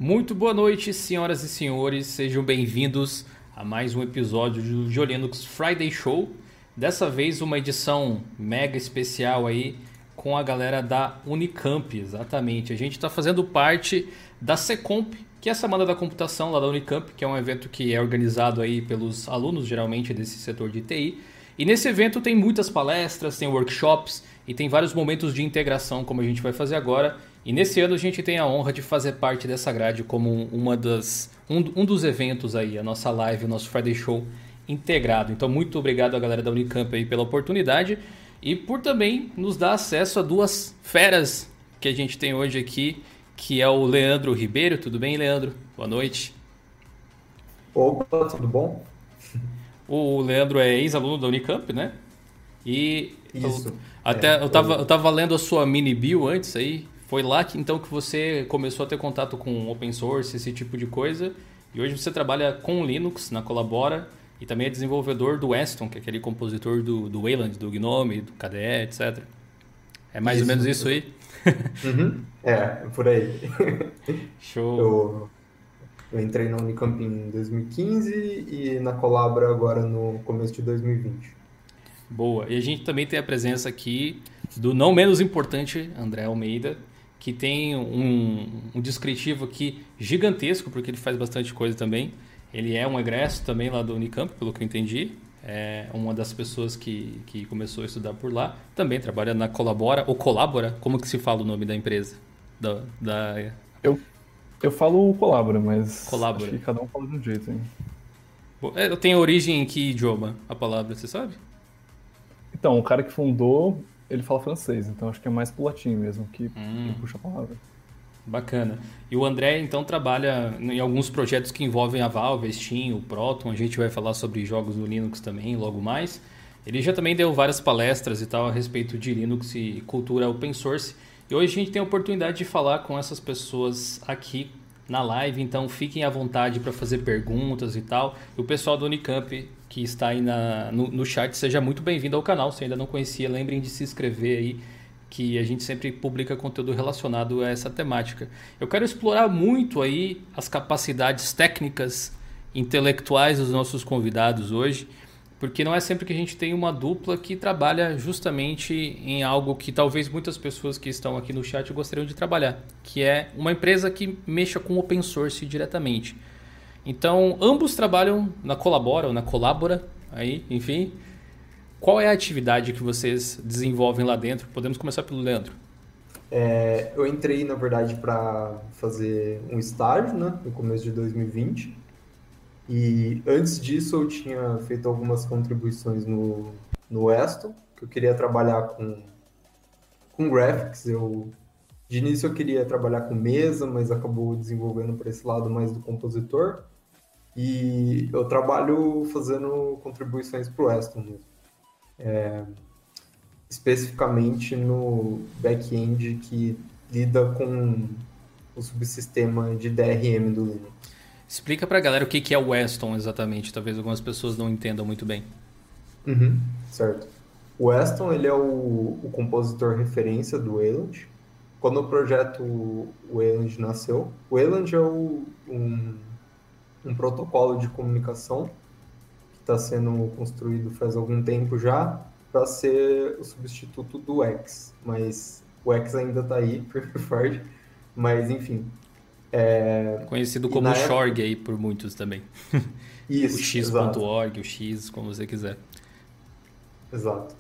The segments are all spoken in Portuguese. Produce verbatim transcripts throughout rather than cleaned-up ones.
Muito boa noite, senhoras e senhores, sejam bem-vindos a mais um episódio do GeoLinux Friday Show. Dessa vez uma edição mega especial aí com a galera da Unicamp, exatamente. A gente está fazendo parte da Secomp, que é a Semana da Computação lá da Unicamp, que é um evento que é organizado aí pelos alunos, geralmente desse setor de T I. E nesse evento tem muitas palestras, tem workshops e tem vários momentos de integração, como a gente vai fazer agora. E nesse ano a gente tem a honra de fazer parte dessa grade como uma das, um, um dos eventos aí, a nossa live, o nosso Friday Show integrado. Então muito obrigado à galera da Unicamp aí pela oportunidade e por também nos dar acesso a duas feras que a gente tem hoje aqui, que é o Leandro Ribeiro. Tudo bem, Leandro? Boa noite. Opa, tudo bom? O Leandro é ex-aluno da Unicamp, né? E eu, Isso. até É, eu tava, eu eu, tava lendo a sua mini bio antes aí. Foi lá que então que você começou a ter contato com open source, esse tipo de coisa. E hoje você trabalha com Linux na Colabora e também é desenvolvedor do Weston, que é aquele compositor do, do Wayland, do Gnome, do K D E, etcétera. É mais ou menos isso. isso aí? Uhum. É, por aí. Show. Eu, eu entrei na Unicamp em dois mil e quinze e na Colabra agora no começo de dois mil e vinte. Boa. E a gente também tem a presença aqui do não menos importante, André Almeida, que tem um, um descritivo aqui gigantesco, porque ele faz bastante coisa também. Ele é um egresso também lá do Unicamp, pelo que eu entendi. É uma das pessoas que, que começou a estudar por lá. Também trabalha na Colabora, ou Colabora, como que se fala o nome da empresa? Da, da Eu, eu falo Colabora, mas acho Colabora. que cada um fala de um jeito, hein? É, tem origem em que idioma a palavra, você sabe? Então, o cara que fundou, ele fala francês, então acho que é mais pro latim mesmo que ele Hum. puxa a palavra. Bacana. E o André, então, trabalha em alguns projetos que envolvem a Valve, a Steam, o Proton. A gente vai falar sobre jogos no Linux também, logo mais. Ele já também deu várias palestras e tal a respeito de Linux e cultura open source. E hoje a gente tem a oportunidade de falar com essas pessoas aqui na live, então fiquem à vontade para fazer perguntas e tal. E o pessoal do Unicamp que está aí na, no, no chat, seja muito bem-vindo ao canal. Se ainda não conhecia, lembrem de se inscrever aí, que a gente sempre publica conteúdo relacionado a essa temática. Eu quero explorar muito aí as capacidades técnicas, intelectuais dos nossos convidados hoje, porque não é sempre que a gente tem uma dupla que trabalha justamente em algo que talvez muitas pessoas que estão aqui no chat gostariam de trabalhar, que é uma empresa que mexa com open source diretamente. Então, ambos trabalham na Colabora ou na Colabora, aí, enfim. Qual é a atividade que vocês desenvolvem lá dentro? Podemos começar pelo Leandro. É, eu entrei, na verdade, para fazer um estágio, né, no começo de dois mil e vinte. E antes disso eu tinha feito algumas contribuições no, no Weston, que eu queria trabalhar com, com graphics. Eu, de início eu queria trabalhar com mesa, mas acabou desenvolvendo para esse lado mais do compositor. E eu trabalho fazendo contribuições para o Weston mesmo. É, especificamente no back-end que lida com o subsistema de D R M do Linux. Explica pra galera o que é o Weston exatamente. Talvez algumas pessoas não entendam muito bem. Uhum, certo. O Weston, ele é o, o compositor referência do Wayland. Quando o projeto Wayland nasceu, o Wayland é o, um, um protocolo de comunicação que está sendo construído faz algum tempo já para ser o substituto do X, mas o X ainda está aí, firme e forte, mas enfim. É, Conhecido e como na Shorg época... aí por muitos também. O Isso, exato, x.org, o X, como você quiser. exato.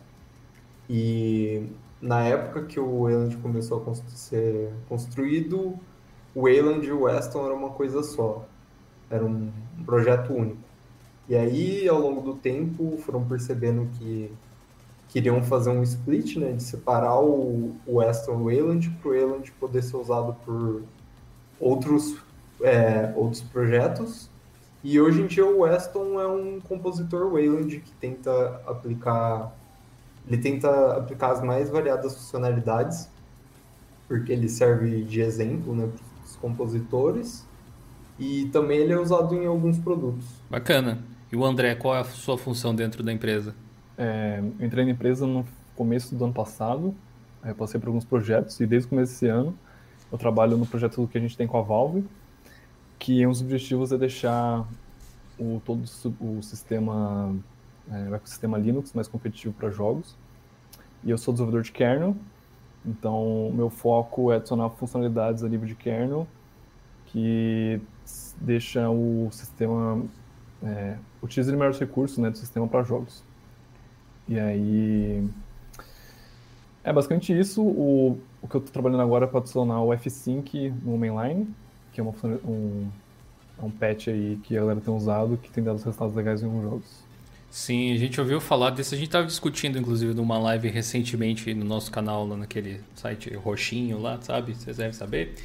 E na época que o Wayland começou a constru- ser construído, o Wayland e o Weston era uma coisa só, era um, um projeto único. E aí, ao longo do tempo, foram percebendo que queriam fazer um split, né, de separar o, o Weston e o Wayland para o Wayland poder ser usado por outros, é, outros projetos. E hoje em dia o Weston é um compositor Wayland que tenta aplicar, ele tenta aplicar as mais variadas funcionalidades, porque ele serve de exemplo, né, para os compositores, e também ele é usado em alguns produtos. Bacana. E o André, qual é a sua função dentro da empresa? É, eu entrei na empresa no começo do ano passado, eu passei por alguns projetos e desde o começo desse ano eu trabalho no projeto que a gente tem com a Valve. que um dos objetivos é deixar o, todo o sistema, é, o ecossistema Linux mais competitivo para jogos. E eu sou desenvolvedor de kernel, então o meu foco é adicionar funcionalidades a nível de kernel que deixa o sistema, é, utiliza os melhores recursos, né, do sistema para jogos. E aí, é basicamente isso. O, o que eu estou trabalhando agora é para adicionar o F-Sync no mainline, que é uma, um, é um patch aí que a galera tem usado, que tem dado resultados legais em alguns jogos. Sim, a gente ouviu falar desse. A gente estava discutindo, inclusive, numa live recentemente no nosso canal, lá naquele site roxinho lá, sabe? Vocês devem saber.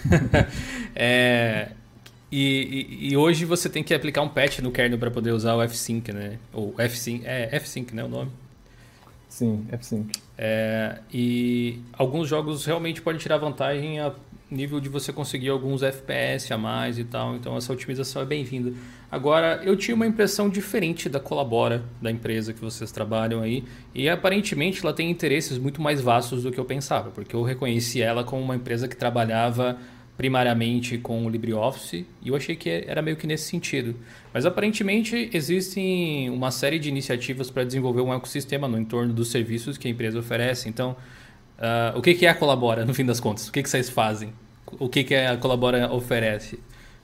é, e, e, e hoje você tem que aplicar um patch no kernel para poder usar o F-Sync, né? Ou F-Sync, é F-Sync, né, o nome? Sim, F-Sync. É, e alguns jogos realmente podem tirar vantagem a nível de você conseguir alguns F P S a mais e tal, então essa otimização é bem-vinda. Agora, eu tinha uma impressão diferente da Colabora, da empresa que vocês trabalham aí, e aparentemente ela tem interesses muito mais vastos do que eu pensava, porque eu reconheci ela como uma empresa que trabalhava primariamente com o LibreOffice, e eu achei que era meio que nesse sentido. Mas aparentemente existem uma série de iniciativas para desenvolver um ecossistema no entorno dos serviços que a empresa oferece. Então, uh, o que, que é a Colabora, no fim das contas? O que, que vocês fazem? O que, que a Colabora oferece?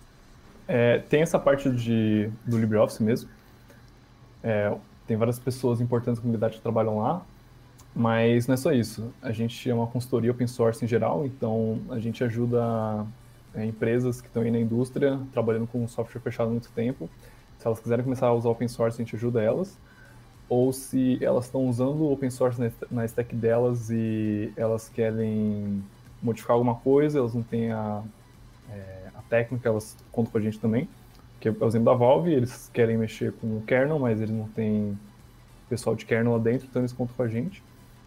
É, tem essa parte de, do LibreOffice mesmo. É, tem várias pessoas importantes da comunidade que trabalham lá, mas não é só isso. A gente é uma consultoria open source em geral, então a gente ajuda é, empresas que estão aí na indústria, trabalhando com software fechado há muito tempo. Se elas quiserem começar a usar open source, a gente ajuda elas. Ou se elas estão usando o open source na stack delas e elas querem modificar alguma coisa, elas não têm a, é, a técnica, elas contam com a gente também. Que é o exemplo da Valve, eles querem mexer com o kernel, mas eles não têm pessoal de kernel lá dentro, então eles contam com a gente.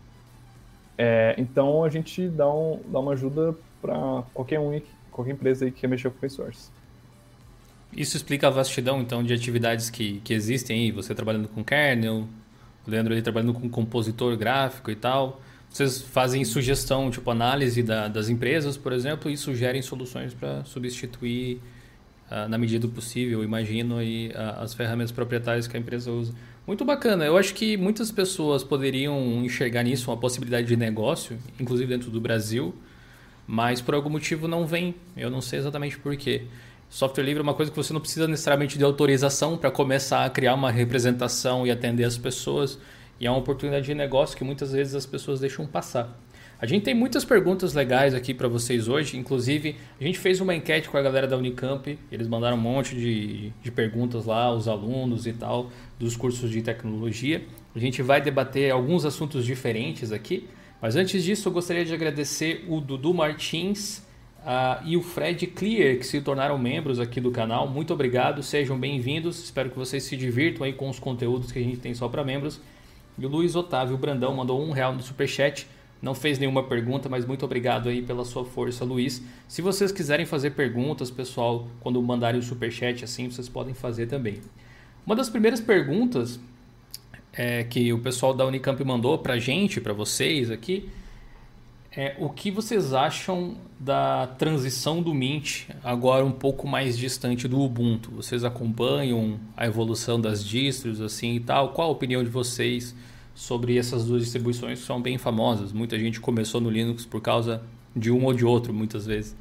É, então a gente dá, um, dá uma ajuda para qualquer um, qualquer empresa aí que quer mexer com open source. Isso explica a vastidão, então, de atividades que, que existem aí. Você trabalhando com kernel, o Leandro ali trabalhando com compositor gráfico e tal. Vocês fazem sugestão, tipo análise da, das empresas, por exemplo, e sugerem soluções para substituir, uh, na medida do possível, imagino, aí, uh, as ferramentas proprietárias que a empresa usa. Muito bacana. Eu acho que muitas pessoas poderiam enxergar nisso uma possibilidade de negócio, inclusive dentro do Brasil, mas por algum motivo não vem. Eu não sei exatamente por quê. Software livre é uma coisa que você não precisa necessariamente de autorização para começar a criar uma representação e atender as pessoas. E é uma oportunidade de negócio que muitas vezes as pessoas deixam passar. A gente tem muitas perguntas legais aqui para vocês hoje. Inclusive, a gente fez uma enquete com a galera da Unicamp. Eles mandaram um monte de, de perguntas lá, os alunos e tal, dos cursos de tecnologia. A gente vai debater alguns assuntos diferentes aqui. Mas antes disso, eu gostaria de agradecer o Dudu Martins uh, e o Fred Clear, que se tornaram membros aqui do canal. Muito obrigado, sejam bem-vindos. Espero que vocês se divirtam aí com os conteúdos que a gente tem só para membros. E o Luiz Otávio Brandão mandou um real no superchat. Não fez nenhuma pergunta, mas muito obrigado aí pela sua força, Luiz. Se vocês quiserem fazer perguntas, pessoal, quando mandarem o superchat assim, vocês podem fazer também. Uma das primeiras perguntas é, que o pessoal da Unicamp mandou pra gente, para vocês aqui, é o que vocês acham da transição do Mint agora um pouco mais distante do Ubuntu? Vocês acompanham a evolução das distros assim e tal? Qual a opinião de vocês sobre essas duas distribuições que são bem famosas? Muita gente começou no Linux por causa de um ou de outro, muitas vezes.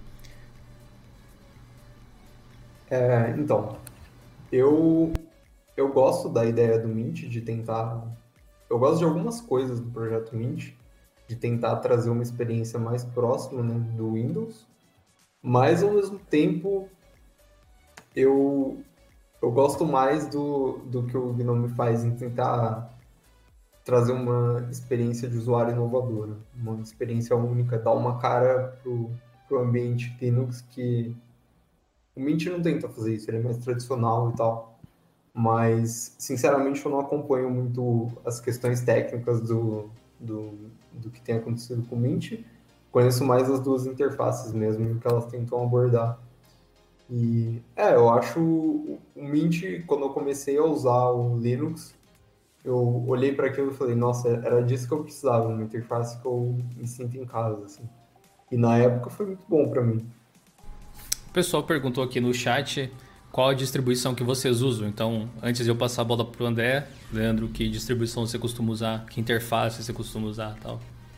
É, então, eu, eu gosto da ideia do Mint de tentar... Eu gosto de algumas coisas do projeto Mint, de tentar trazer uma experiência mais próxima, né, do Windows, mas ao mesmo tempo eu, eu gosto mais do, do que o Gnome faz em tentar trazer uma experiência de usuário inovadora, uma experiência única, dar uma cara pro, pro ambiente Linux que o Mint não tenta fazer isso, ele é mais tradicional e tal, mas sinceramente eu não acompanho muito as questões técnicas do, do, do que tem acontecido com o Mint, conheço mais as duas interfaces mesmo e o que elas tentam abordar. E é, eu acho o Mint, quando eu comecei a usar o Linux, eu olhei para aquilo e falei, nossa, era disso que eu precisava, uma interface que eu me sinto em casa, assim. E na época foi muito bom para mim. O pessoal perguntou aqui no chat qual a distribuição que vocês usam. Então, antes de eu passar a bola para o André, Leandro, que distribuição você costuma usar? Que interface você costuma usar e tal?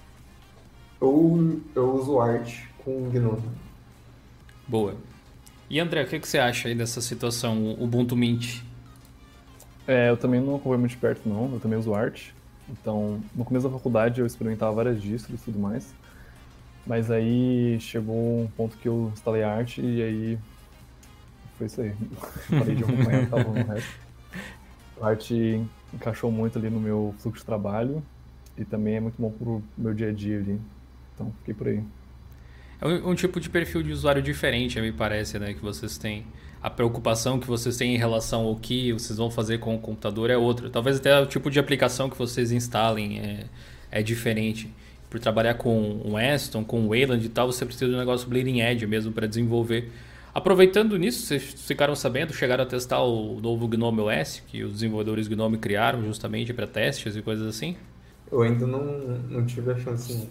Eu, eu uso Arch com Gnome. Boa. E André, o que, que você acha aí dessa situação, o Ubuntu Mint? É, eu também não acompanho muito de perto, não. Eu também uso Arch. Então, no começo da faculdade eu experimentava várias distros e tudo mais. Mas aí chegou um ponto que eu instalei a Arch e aí foi isso aí. Parei de acompanhar, tava no resto. A Arch encaixou muito ali no meu fluxo de trabalho e também é muito bom pro meu dia a dia ali. Então, fiquei por aí. É um, um tipo de perfil de usuário diferente, me parece, né? Que vocês têm. A preocupação que vocês têm em relação ao que vocês vão fazer com o computador é outra. Talvez até o tipo de aplicação que vocês instalem é, é diferente. Por trabalhar com o Aston, com o Wayland e tal, você precisa de um negócio bleeding edge mesmo para desenvolver. Aproveitando nisso, vocês ficaram sabendo, chegaram a testar o novo Gnome O S, que os desenvolvedores Gnome criaram justamente para testes e coisas assim? Eu ainda não, não tive a chance,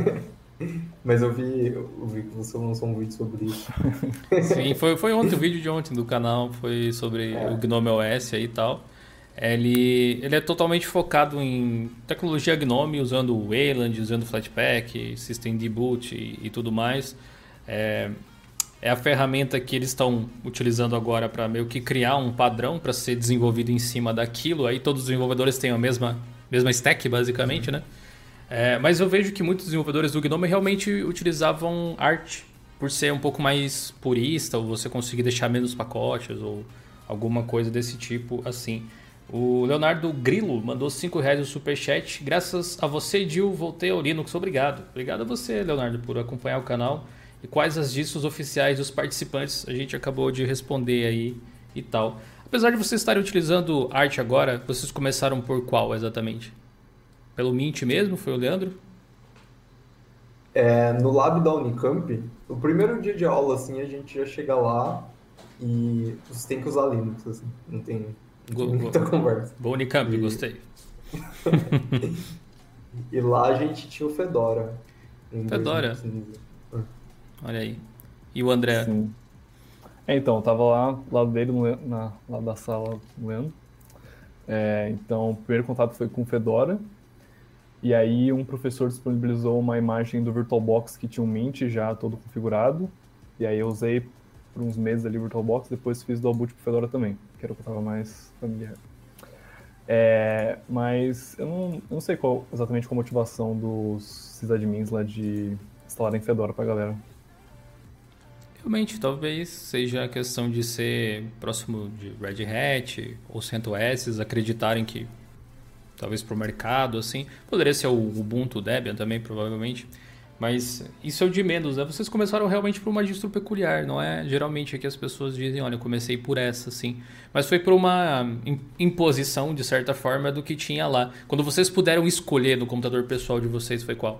mas eu vi, eu vi que você lançou um vídeo sobre isso. Sim, foi, foi ontem, o vídeo de ontem do canal foi sobre é. o Gnome O S aí e tal. Ele, ele é totalmente focado em tecnologia Gnome, usando o Wayland, usando Flatpak, Systemd Boot e, e tudo mais. É, é a ferramenta que eles estão utilizando agora para meio que criar um padrão para ser desenvolvido em cima daquilo. Aí todos os desenvolvedores têm a mesma, mesma stack, basicamente, né? É, mas eu vejo que muitos desenvolvedores do Gnome realmente utilizavam Arch, por ser um pouco mais purista, ou você conseguir deixar menos pacotes, ou alguma coisa desse tipo assim. O Leonardo Grilo mandou cinco reais no superchat. Graças a você, Dil, voltei ao Linux. Obrigado. Obrigado a você, Leonardo, por acompanhar o canal. E quais as distros oficiais dos participantes? A gente acabou de responder aí e tal. Apesar de vocês estarem utilizando Arch agora, vocês começaram por qual exatamente? Pelo Mint mesmo? Foi o Leandro? É, no lab da Unicamp, o primeiro dia de aula, assim, a gente já chega lá e você tem que usar Linux, assim, não tem, não tem muita conversa. Boa Unicamp, e... gostei. E lá a gente tinha o Fedora. Fedora? dois mil e quinze. Olha aí. E o André? Sim. É, então, eu tava lá, do lado dele, no, na, lá da sala do Leandro. É, então, o primeiro contato foi com o Fedora. E aí um professor disponibilizou uma imagem do VirtualBox que tinha um Mint já todo configurado. E aí eu usei por uns meses ali o VirtualBox, depois fiz do boot pro Fedora também, que era o que eu estava mais familiar. É, mas eu não, eu não sei qual, exatamente qual a motivação dos sysadmins lá de instalarem Fedora pra galera. Realmente, talvez seja a questão de ser próximo de Red Hat ou CentOS, acreditarem que talvez para o mercado, assim. Poderia ser o Ubuntu, o Debian também, provavelmente. Mas isso é o de menos, né? Vocês começaram realmente por uma distro peculiar, não é? Geralmente aqui as pessoas dizem, olha, eu comecei por essa, assim. Mas foi por uma imposição, de certa forma, do que tinha lá. Quando vocês puderam escolher no computador pessoal de vocês, foi qual?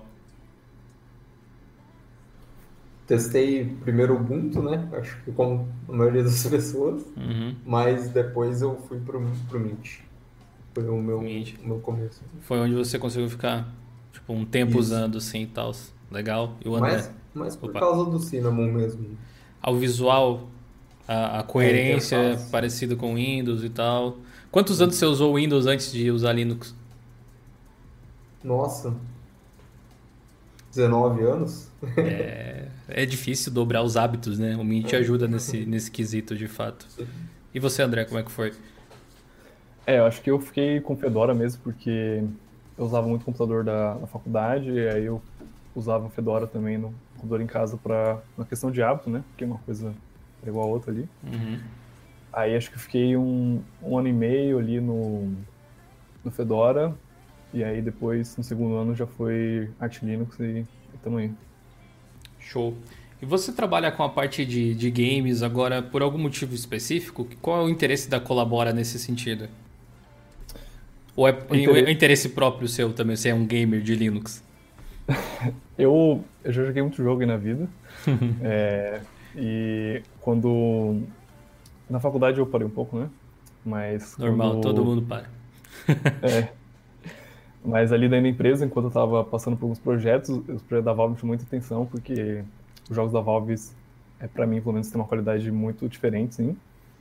Testei primeiro o Ubuntu, né? Acho que como a maioria das pessoas. Uhum. Mas depois eu fui pro, pro Mint. Foi o meu, Mint. o meu começo. Foi onde você conseguiu ficar tipo, um tempo Isso. usando assim e tal. Legal. E o André? Mas, mas por Opa. causa do Cinnamon mesmo. Ao visual, a, a coerência É, é parecida com Windows e tal. Quantos anos você usou Windows antes de usar Linux? Nossa. dezenove anos? É, é difícil dobrar os hábitos, né? O Mint ajuda nesse, nesse quesito, de fato. E você, André, como é que foi? É, eu acho que eu fiquei com Fedora mesmo, porque eu usava muito computador da, da faculdade, e aí eu usava o Fedora também no computador em casa para uma questão de hábito, né? Porque uma coisa é igual a outra ali. Uhum. Aí acho que eu fiquei um, um ano e meio ali no, no Fedora, e aí depois, no segundo ano, já foi Arch Linux e, e tamo aí. Show. E você trabalha com a parte de, de games agora por algum motivo específico? Qual é o interesse da Colabora nesse sentido? Ou é Inter... interesse próprio seu também? Você é um gamer de Linux? eu, eu já joguei muito jogo aí na vida. é, e quando... Na faculdade eu parei um pouco, né? Mas normal, quando... todo mundo para. é. Mas ali dentro da empresa, enquanto eu tava passando por alguns projetos, os projetos da Valve me chamou muita atenção, porque os jogos da Valve é, para mim, pelo menos, tem uma qualidade muito diferente, sim.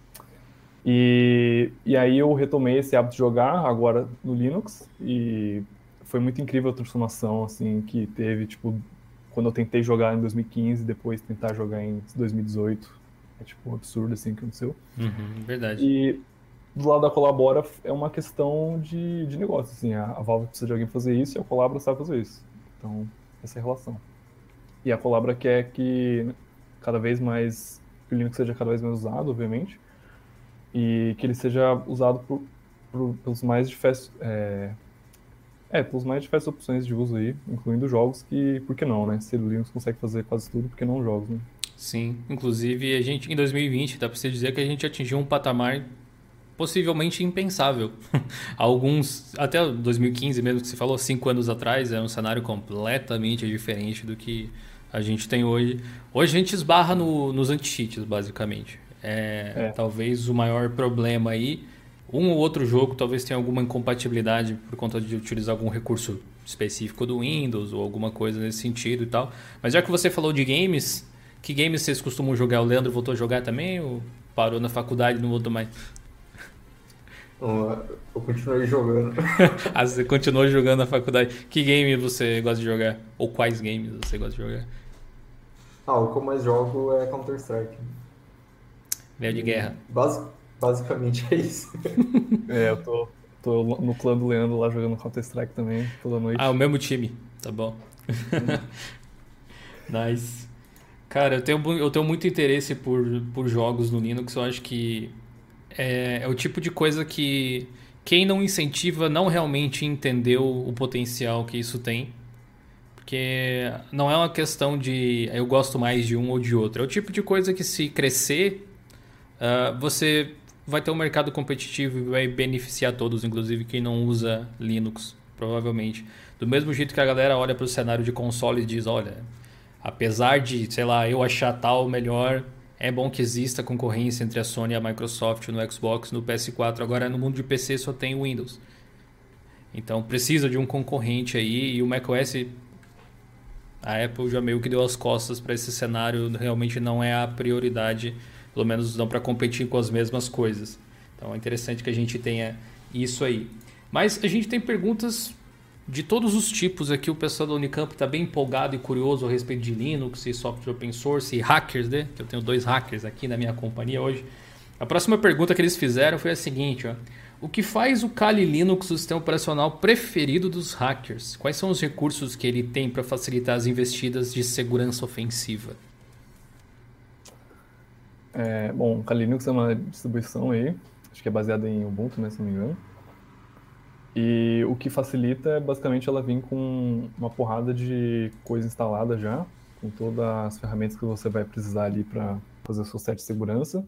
E, e aí eu retomei esse hábito de jogar agora no Linux e foi muito incrível a transformação assim, que teve, tipo, quando eu tentei jogar em dois mil e quinze e depois tentar jogar em dois mil e dezoito. É tipo um absurdo assim que aconteceu. Uhum, verdade. E do lado da Colabora é uma questão de, de negócio, assim, a, a Valve precisa de alguém fazer isso e a Colabora sabe fazer isso. Então, essa é a relação. E a Colabora quer que cada vez mais, que o Linux seja cada vez mais usado, obviamente, e que ele seja usado por, por, pelos mais diversos, é, é, pelos mais diversas opções de uso aí, incluindo jogos que, por que não, né? Se o Linux consegue fazer quase tudo, por que não jogos, né? Sim, inclusive a gente em dois mil e vinte dá para você dizer que a gente atingiu um patamar possivelmente impensável. Alguns, até dois mil e quinze mesmo que você falou, cinco anos atrás, era um cenário completamente diferente do que a gente tem hoje. Hoje a gente esbarra no, nos anti-cheats, basicamente. É, é. Talvez o maior problema aí, um ou outro jogo talvez tenha alguma incompatibilidade por conta de utilizar algum recurso específico do Windows ou alguma coisa nesse sentido e tal. Mas já que você falou de games, que games vocês costumam jogar? O Leandro voltou a jogar também ou parou na faculdade e não voltou mais? Eu continuei jogando. Ah, você continuou jogando na faculdade. Que game você gosta de jogar? Ou quais games você gosta de jogar? Ah, o que eu mais jogo é Counter-Strike. Velho de guerra. Basi- basicamente é isso. É, eu tô, tô no clã do Leandro lá jogando Counter-Strike também, toda noite. Ah, o mesmo time. Tá bom. Nice. Cara, eu tenho, eu tenho muito interesse por, por jogos no Linux. Eu acho que é, é o tipo de coisa que quem não incentiva não realmente entendeu o potencial que isso tem. Porque não é uma questão de eu gosto mais de um ou de outro. É o tipo de coisa que se crescer, uh, você vai ter um mercado competitivo e vai beneficiar todos, inclusive quem não usa Linux, provavelmente. Do mesmo jeito que a galera olha para o cenário de console e diz, olha, apesar de, sei lá, eu achar tal melhor, é bom que exista concorrência entre a Sony e a Microsoft no Xbox, no P S quatro. Agora, no mundo de P C só tem o Windows. Então, precisa de um concorrente aí. E o macOS, a Apple já meio que deu as costas para esse cenário. Realmente não é a prioridade, pelo menos não para competir com as mesmas coisas. Então, é interessante que a gente tenha isso aí. Mas a gente tem perguntas de todos os tipos aqui. O pessoal da Unicamp está bem empolgado e curioso a respeito de Linux e software open source e hackers, né? Eu tenho dois hackers aqui na minha companhia hoje. A próxima pergunta que eles fizeram foi a seguinte, ó. O que faz o Kali Linux o sistema operacional preferido dos hackers? Quais são os recursos que ele tem para facilitar as investidas de segurança ofensiva? É, bom, o Kali Linux é uma distribuição aí, acho que é baseada em Ubuntu, né, se não me engano. E o que facilita é basicamente ela vir com uma porrada de coisa instalada já, com todas as ferramentas que você vai precisar ali para fazer o seu set de segurança.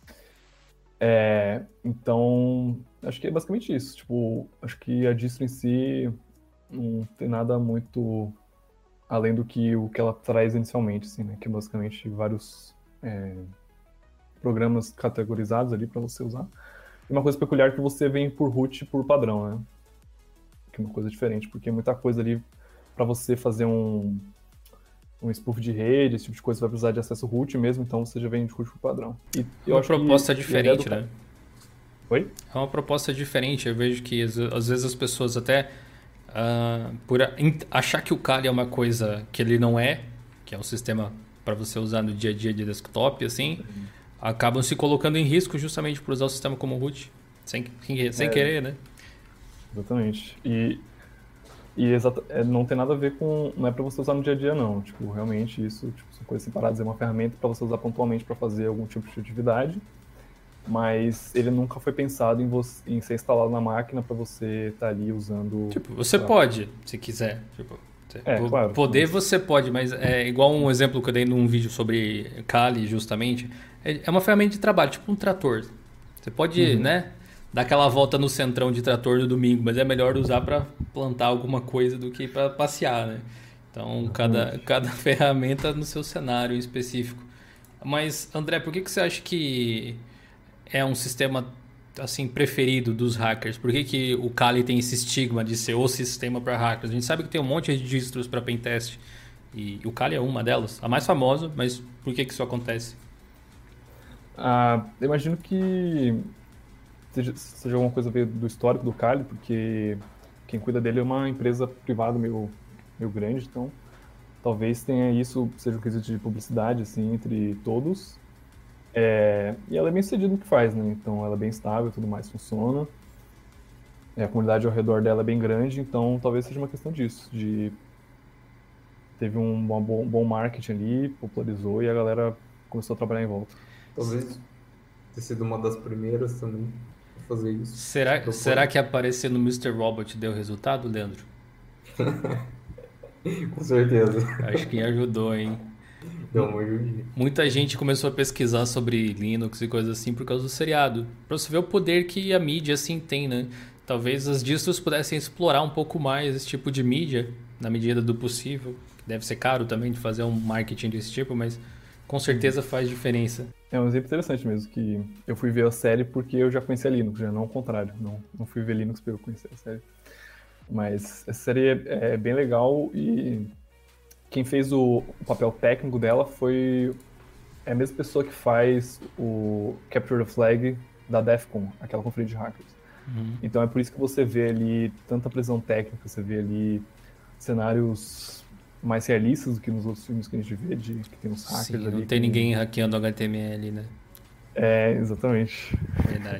É, então, acho que é basicamente isso. Tipo, acho que a distro em si não tem nada muito além do que o que ela traz inicialmente, assim, né? Que é basicamente vários é, programas categorizados ali para você usar. E uma coisa peculiar é que você vem por root por padrão, né? Que é uma coisa diferente, porque muita coisa ali para você fazer um, um spoof de rede, esse tipo de coisa, você vai precisar de acesso root mesmo, então você já vem de root por padrão. E é uma proposta que, diferente, né? Oi? É uma proposta diferente. Eu vejo que às vezes as pessoas até uh, por achar que o Kali é uma coisa que ele não é, que é um sistema para você usar no dia a dia de desktop, assim, uhum. acabam se colocando em risco justamente por usar o sistema como root, sem, sem é. querer, né? Exatamente. E, e exata, é, não tem nada a ver com... Não é para você usar no dia a dia, não. Tipo, realmente isso tipo, são coisas separadas. É uma ferramenta para você usar pontualmente para fazer algum tipo de atividade. Mas ele nunca foi pensado em, você, em ser instalado na máquina para você estar tá ali usando... Tipo, você pra... pode, se quiser. Tipo, é, claro. Poder mas... você pode, mas é igual um exemplo que eu dei num vídeo sobre Kali, justamente. É uma ferramenta de trabalho, tipo um trator. Você pode, uhum. né... dar aquela volta no centrão de trator no domingo, mas é melhor usar para plantar alguma coisa do que para passear, né? Então, cada, cada ferramenta no seu cenário específico. Mas, André, por que, que você acha que é um sistema assim preferido dos hackers? Por que, que o Kali tem esse estigma de ser o sistema para hackers? A gente sabe que tem um monte de distros para pentest E o Kali é uma delas, a mais famosa, mas por que que isso acontece? Ah, eu imagino que seja, seja alguma coisa veio do histórico do Kali, porque quem cuida dele é uma empresa privada meio, meio grande, então talvez tenha isso, seja um quesito de publicidade, assim, entre todos. É, e ela é bem sucedida no que faz, né? Então ela é bem estável, tudo mais funciona. É, a comunidade ao redor dela é bem grande, então talvez seja uma questão disso, de teve um bom, bom bom marketing ali, popularizou e a galera começou a trabalhar em volta. Talvez ter sido uma das primeiras também a fazer isso. se Será, propor. será que aparecer no mister Robot deu resultado, Leandro? Com certeza. Acho que ajudou, hein? Deu uma ajudinha. Muita gente começou a pesquisar sobre Linux e coisas assim por causa do seriado. Pra você ver o poder que a mídia assim tem, né? Talvez as distros pudessem explorar um pouco mais esse tipo de mídia, na medida do possível. Deve ser caro também de fazer um marketing desse tipo, mas com certeza faz diferença. É um exemplo interessante mesmo, que eu fui ver a série porque eu já conhecia Linux, já não ao contrário. Não, não fui ver Linux porque eu conhecia a série. Mas essa série é, é bem legal e quem fez o, o papel técnico dela foi é a mesma pessoa que faz o Capture the Flag da DEFCON, aquela conferência de hackers. Uhum. Então é por isso que você vê ali tanta precisão técnica, você vê ali cenários mais realistas do que nos outros filmes que a gente vê, de que tem os hackers Sim, ali. não tem com... ninguém hackeando H T M L, né? É, exatamente. Verdade.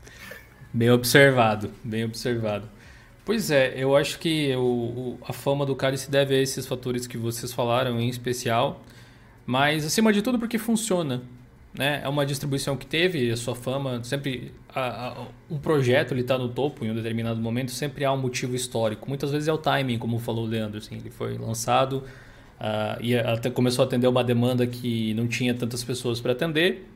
Bem observado, bem observado. Pois é, eu acho que o, o, a fama do Kali se deve a esses fatores que vocês falaram em especial, mas acima de tudo porque funciona, né? É uma distribuição que teve a sua fama, sempre a, a, um projeto ele está no topo em um determinado momento, sempre há um motivo histórico. Muitas vezes é o timing, como falou o Leandro, assim, ele foi lançado uh, e até começou a atender uma demanda que não tinha tantas pessoas para atender.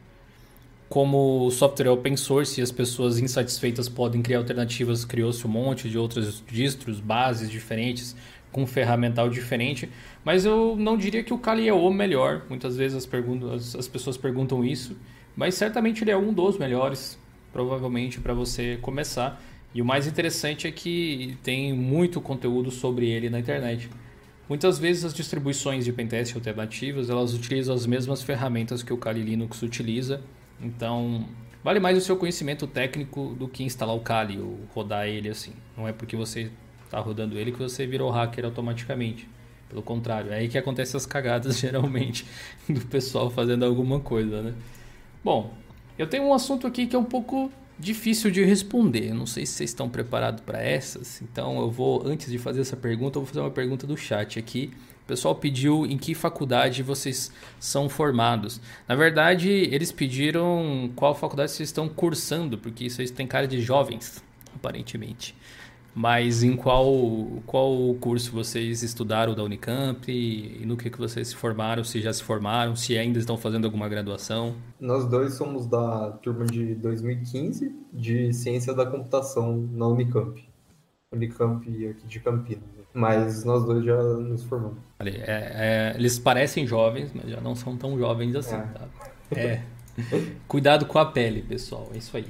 Como o software é open source e as pessoas insatisfeitas podem criar alternativas, criou-se um monte de outras distros, bases diferentes, com um ferramental diferente. Mas eu não diria que o Kali é o melhor. Muitas vezes as, perguntas, as pessoas perguntam isso. Mas certamente ele é um dos melhores, provavelmente, para você começar. E o mais interessante é que tem muito conteúdo sobre ele na internet. Muitas vezes as distribuições de pentest alternativas, elas utilizam as mesmas ferramentas que o Kali Linux utiliza. Então, vale mais o seu conhecimento técnico do que instalar o Kali ou rodar ele assim. Não é porque você está rodando ele que você virou hacker automaticamente. Pelo contrário, é aí que acontecem as cagadas geralmente do pessoal fazendo alguma coisa, né? Bom, eu tenho um assunto aqui que é um pouco difícil de responder. Eu não sei se vocês estão preparados para essas. Então eu vou, antes de fazer essa pergunta, eu vou fazer uma pergunta do chat aqui. O pessoal pediu em que faculdade vocês são formados. Na verdade, eles pediram qual faculdade vocês estão cursando, porque vocês têm cara de jovens, aparentemente. Mas em qual, qual curso vocês estudaram da Unicamp e, e no que, que vocês se formaram, se já se formaram, se ainda estão fazendo alguma graduação? Nós dois somos da turma de dois mil e quinze, de Ciência da Computação na Unicamp. Unicamp aqui de Campinas. Mas nós dois já nos formamos. É, é, eles parecem jovens, mas já não são tão jovens assim, É. tá? É. Cuidado com a pele, pessoal. É isso aí.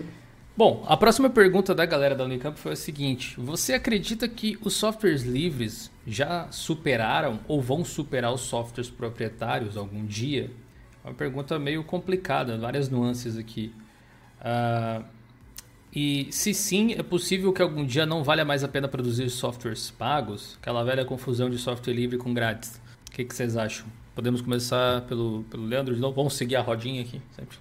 Bom, a próxima pergunta da galera da Unicamp foi a seguinte: você acredita que os softwares livres já superaram ou vão superar os softwares proprietários algum dia? É uma pergunta meio complicada, várias nuances aqui. Uh, e se sim, é possível que algum dia não valha mais a pena produzir softwares pagos? Aquela velha confusão de software livre com grátis. O que, que vocês acham? Podemos começar pelo, pelo Leandro de novo? Vamos seguir a rodinha aqui, sempre.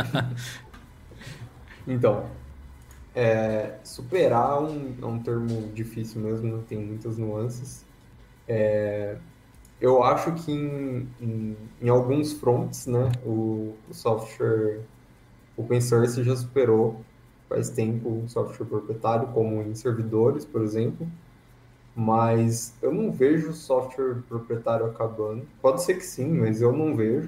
Então, é, superar um, é um termo difícil mesmo, tem muitas nuances. É, eu acho que em, em, em alguns fronts, né, o, o software open source já superou faz tempo o software proprietário, como em servidores, por exemplo. Mas eu não vejo o software proprietário acabando. Pode ser que sim, mas eu não vejo.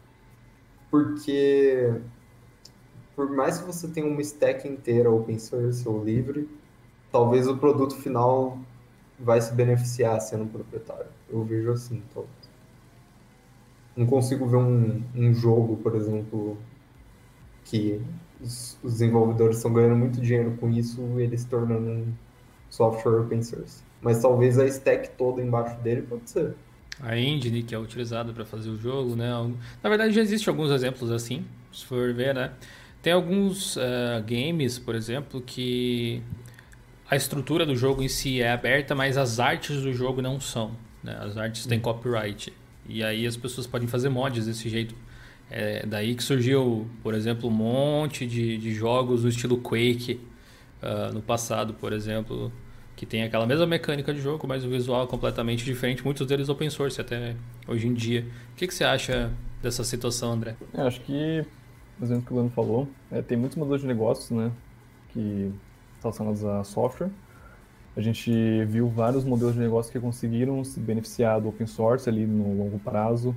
Porque por mais que você tenha uma stack inteira open source ou livre, talvez o produto final vai se beneficiar sendo proprietário. Eu vejo assim, talvez. Não consigo ver um, um jogo, por exemplo, que os, os desenvolvedores estão ganhando muito dinheiro com isso, ele se tornando um software open source. Mas talvez a stack toda embaixo dele pode ser. A engine que é utilizada para fazer o jogo, né? Na verdade, já existem alguns exemplos assim, se for ver, né? Tem alguns uh, games, por exemplo, que a estrutura do jogo em si é aberta, mas as artes do jogo não são, né? As artes têm copyright. E aí as pessoas podem fazer mods desse jeito. É daí que surgiu, por exemplo, um monte de, de jogos do estilo Quake uh, no passado, por exemplo, que tem aquela mesma mecânica de jogo, mas o visual é completamente diferente, muitos deles open source até hoje em dia. O que, que você acha dessa situação, André? Eu acho que, por exemplo, o que o Leandro falou, é, tem muitos modelos de negócios, né, que estão relacionados a software. A gente viu vários modelos de negócio que conseguiram se beneficiar do open source ali no longo prazo.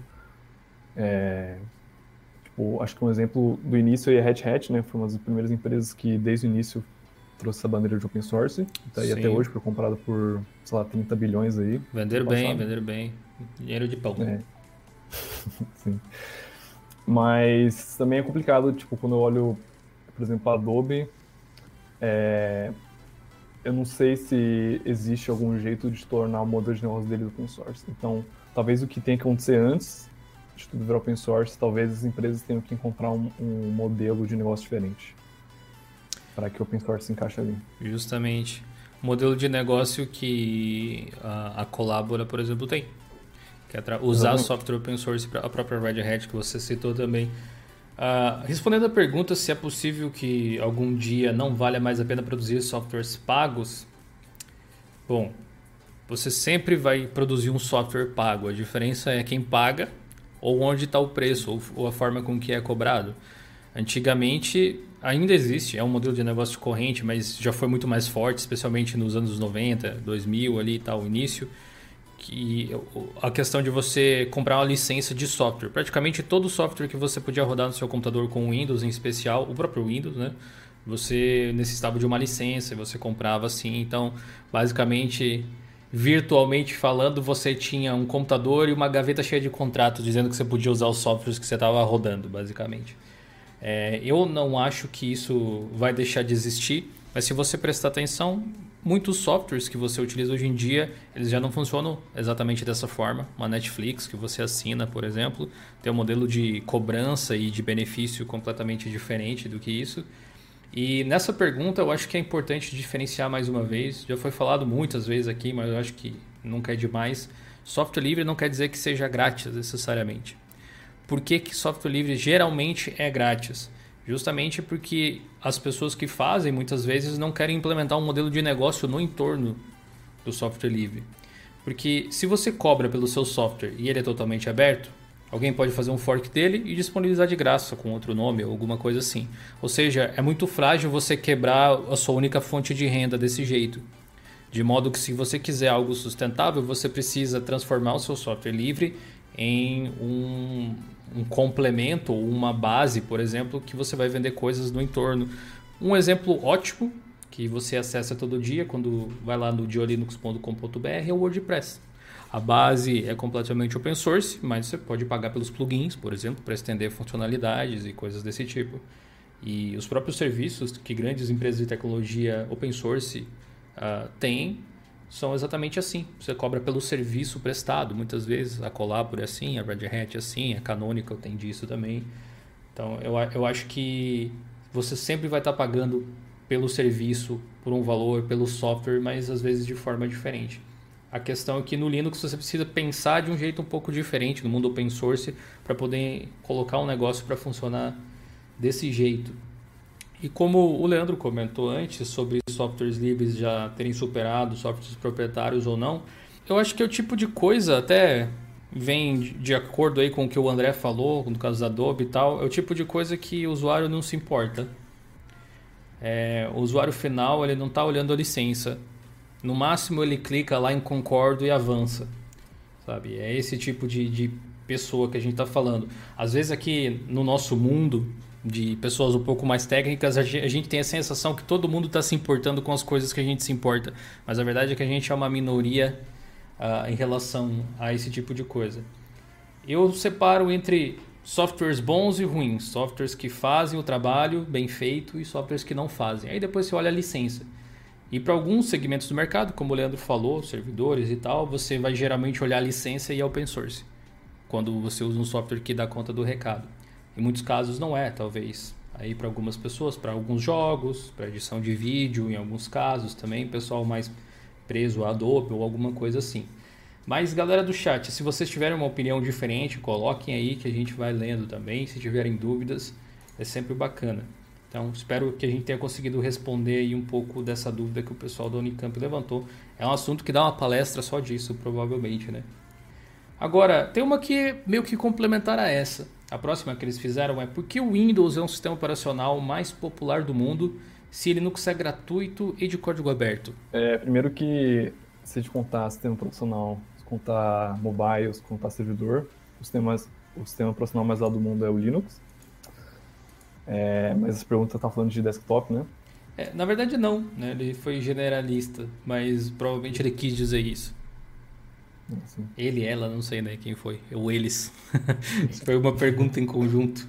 É, tipo, acho que um exemplo do início é a Red Hat, né, foi uma das primeiras empresas que desde o início trouxe essa bandeira de open source, tá aí até hoje, foi comprado por, sei lá, trinta bilhões aí. Vender bem, vender bem. Dinheiro de pão. É. Sim. Mas também é complicado, tipo, quando eu olho, por exemplo, a Adobe, é, eu não sei se existe algum jeito de tornar o modelo de negócio dele open source. Então, talvez o que tem que acontecer antes de tudo virar open source, talvez as empresas tenham que encontrar um, um modelo de negócio diferente para que o open source se encaixe ali. Justamente. O modelo de negócio que a, a Collabora, por exemplo, tem. Que é usar Exatamente. software open source, a própria Red Hat que você citou também. Uh, respondendo a pergunta se é possível que algum dia não valha mais a pena produzir softwares pagos, bom, você sempre vai produzir um software pago. A diferença é quem paga ou onde está o preço ou, ou a forma com que é cobrado. Antigamente ainda existe, é um modelo de negócio corrente, mas já foi muito mais forte, especialmente nos anos noventa, dois mil ali e tal, início, que a questão de você comprar uma licença de software. Praticamente todo software que você podia rodar no seu computador com Windows em especial, o próprio Windows, né? Você necessitava de uma licença, você comprava assim. Então, basicamente, virtualmente falando, você tinha um computador e uma gaveta cheia de contratos dizendo que você podia usar os softwares que você estava rodando, basicamente. É, eu não acho que isso vai deixar de existir, mas se você prestar atenção, muitos softwares que você utiliza hoje em dia, eles já não funcionam exatamente dessa forma. Uma Netflix que você assina, por exemplo, tem um modelo de cobrança e de benefício completamente diferente do que isso. E nessa pergunta eu acho que é importante diferenciar mais uma vez. Já foi falado muitas vezes aqui, mas eu acho que nunca é demais. Software livre não quer dizer que seja grátis necessariamente. Por que que software livre geralmente é grátis? Justamente porque as pessoas que fazem muitas vezes não querem implementar um modelo de negócio no entorno do software livre. Porque se você cobra pelo seu software e ele é totalmente aberto, alguém pode fazer um fork dele e disponibilizar de graça com outro nome ou alguma coisa assim. Ou seja, é muito frágil você quebrar a sua única fonte de renda desse jeito. De modo que se você quiser algo sustentável, você precisa transformar o seu software livre em um, um complemento ou uma base, por exemplo, que você vai vender coisas no entorno. Um exemplo ótimo que você acessa todo dia quando vai lá no diolinux ponto com ponto b r é o WordPress. A base é completamente open source, mas você pode pagar pelos plugins, por exemplo, para estender funcionalidades e coisas desse tipo. E os próprios serviços que grandes empresas de tecnologia open source uh, têm são exatamente assim. Você cobra pelo serviço prestado. Muitas vezes a Collabora é assim, a Red Hat é assim, a Canonical tem disso também. Então eu, eu acho que você sempre vai estar pagando pelo serviço, por um valor, pelo software, mas às vezes de forma diferente. A questão é que no Linux você precisa pensar de um jeito um pouco diferente no mundo open source para poder colocar um negócio para funcionar desse jeito. E como o Leandro comentou antes sobre softwares livres já terem superado softwares proprietários ou não, eu acho que é o tipo de coisa, até vem de acordo aí com o que o André falou, no caso da Adobe e tal, é o tipo de coisa que o usuário não se importa. É, o usuário final ele não está olhando a licença. No máximo ele clica lá em concordo e avança. Sabe? É esse tipo de, de pessoa que a gente está falando. Às vezes aqui no nosso mundo de pessoas um pouco mais técnicas, a gente tem a sensação que todo mundo está se importando com as coisas que a gente se importa. Mas a verdade é que a gente é uma minoria uh, em relação a esse tipo de coisa. Eu separo entre softwares bons e ruins. Softwares que fazem o trabalho bem feito e softwares que não fazem. Aí depois você olha a licença. E para alguns segmentos do mercado, como o Leandro falou, servidores e tal, você vai geralmente olhar a licença e a open source, quando você usa um software que dá conta do recado. Em muitos casos não é, talvez. Aí para algumas pessoas, para alguns jogos, para edição de vídeo, em alguns casos também, pessoal mais preso a Adobe ou alguma coisa assim. Mas galera do chat, se vocês tiverem uma opinião diferente, coloquem aí que a gente vai lendo também. Se tiverem dúvidas, é sempre bacana. Então, espero que a gente tenha conseguido responder aí um pouco dessa dúvida que o pessoal da Unicamp levantou. É um assunto que dá uma palestra só disso, provavelmente, né? Agora, tem uma que é meio que complementar a essa. A próxima que eles fizeram é: por que o Windows é um sistema operacional mais popular do mundo se Linux é gratuito e de código aberto? É, primeiro que, se a gente contar sistema profissional, se contar mobile, se contar servidor, o sistema, o sistema profissional mais usado do mundo é o Linux. É, mas essa pergunta está falando de desktop, né? É, na verdade não, né? Ele foi generalista, mas provavelmente ele quis dizer isso. Assim. Ele, ela, não sei, né, quem foi. Ou eles. Isso foi uma pergunta em conjunto.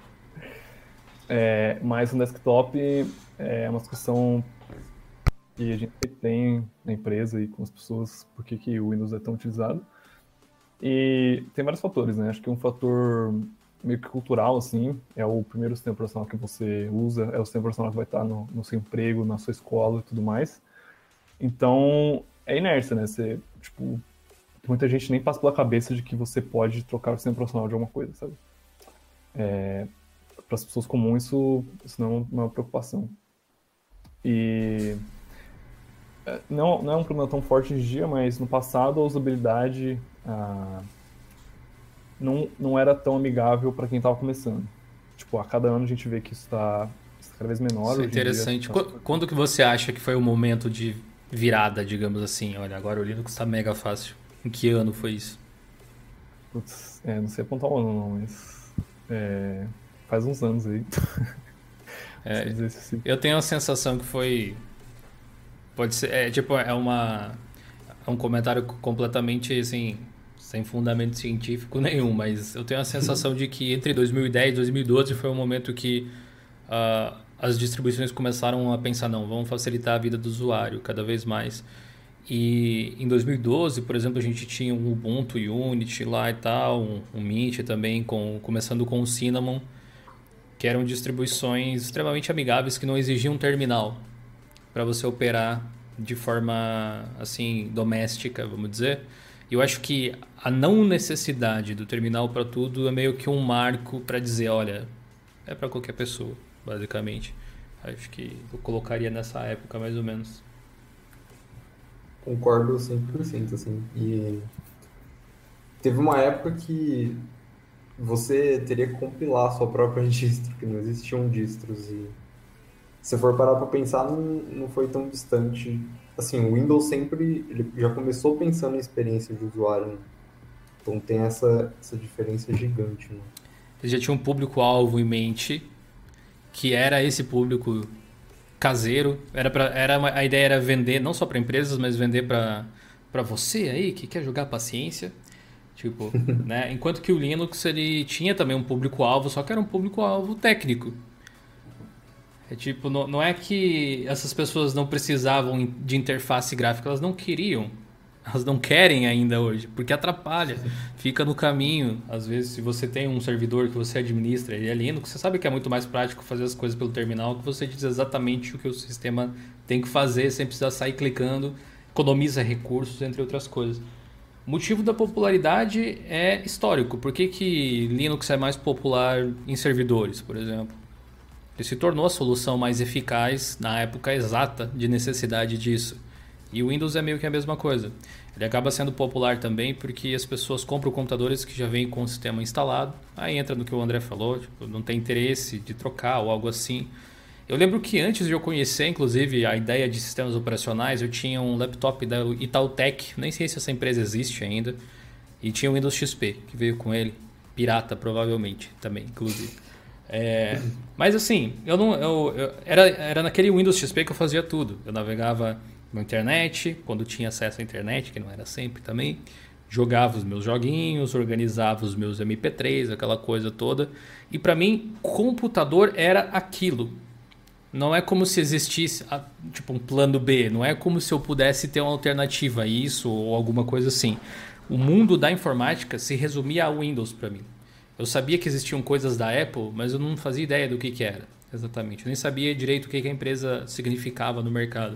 É, mas no desktop é uma discussão que a gente tem na empresa e com as pessoas, por que que o Windows é tão utilizado. E tem vários fatores, né? Acho que um fator meio que cultural, assim, é o primeiro sistema operacional que você usa, é o sistema operacional que vai estar no, no seu emprego, na sua escola e tudo mais. Então, é inércia, né? Você, tipo, muita gente nem passa pela cabeça de que você pode trocar o sistema operacional de alguma coisa, sabe? É, para as pessoas comuns, isso, isso não é uma preocupação. E não, não é um problema tão forte hoje em dia, mas no passado a usabilidade ah, não, não era tão amigável para quem estava começando. Tipo, a cada ano a gente vê que isso está cada vez menor. Isso é interessante. Dia, tá... Quando que você acha que foi o momento de virada, digamos assim? Olha, agora o Linux está mega fácil. Em que ano foi isso? Putz, é, não sei apontar o ano não, mas é, faz uns anos aí. É, eu tenho a sensação que foi... Pode ser, é, tipo, é uma... É um comentário completamente, assim, sem fundamento científico nenhum, mas eu tenho a sensação de que entre dois mil e dez e dois mil e doze foi um momento que uh, as distribuições começaram a pensar, não, vamos facilitar a vida do usuário cada vez mais. E em dois mil e doze, por exemplo, a gente tinha um Ubuntu, Unity lá e tal, um, um Mint também, com, começando com o Cinnamon, que eram distribuições extremamente amigáveis que não exigiam um terminal para você operar de forma assim doméstica, vamos dizer. E eu acho que a não necessidade do terminal para tudo é meio que um marco para dizer, olha, é para qualquer pessoa, basicamente. Acho que eu colocaria nessa época, mais ou menos. Concordo cem por cento, assim. E teve uma época que você teria que compilar a sua própria distro, que não existiam distros. E se for parar para pensar, não, não foi tão distante. Assim, o Windows sempre ele já começou pensando em experiência de usuário, né? Então tem essa, essa diferença gigante, né? Ele já tinha um público-alvo em mente, que era esse público caseiro. Era pra, era uma, a ideia era vender não só para empresas, mas vender para para você aí que quer jogar paciência. Tipo, né? Enquanto que o Linux ele tinha também um público-alvo, só que era um público-alvo técnico. É tipo, não, não é que essas pessoas não precisavam de interface gráfica, elas não queriam. Elas não querem ainda hoje, porque atrapalha, fica no caminho. Às vezes, se você tem um servidor que você administra, ele é Linux, você sabe que é muito mais prático fazer as coisas pelo terminal, que você diz exatamente o que o sistema tem que fazer, sem precisar sair clicando, economiza recursos, entre outras coisas. O motivo da popularidade é histórico. Por que que Linux é mais popular em servidores, por exemplo? Ele se tornou a solução mais eficaz na época exata de necessidade disso. E o Windows é meio que a mesma coisa. Ele acaba sendo popular também porque as pessoas compram computadores que já vêm com o sistema instalado. Aí entra no que o André falou, tipo, não tem interesse de trocar ou algo assim. Eu lembro que antes de eu conhecer, inclusive, a ideia de sistemas operacionais, eu tinha um laptop da Itautec, nem sei se essa empresa existe ainda, e tinha o Windows X P, que veio com ele, pirata provavelmente também, inclusive. É, mas assim, eu não, eu, eu, era, era naquele Windows X P que eu fazia tudo. Eu navegava na internet, quando tinha acesso à internet, que não era sempre também, jogava os meus joguinhos, organizava os meus M P três, aquela coisa toda. E para mim, computador era aquilo. não é como se existisse tipo um plano B, não é como se eu pudesse ter uma alternativa a isso ou alguma coisa assim. O mundo da informática se resumia a Windows para mim. Eu sabia que existiam coisas da Apple, mas eu não fazia ideia do que, que era exatamente. Eu nem sabia direito o que, que a empresa significava no mercado.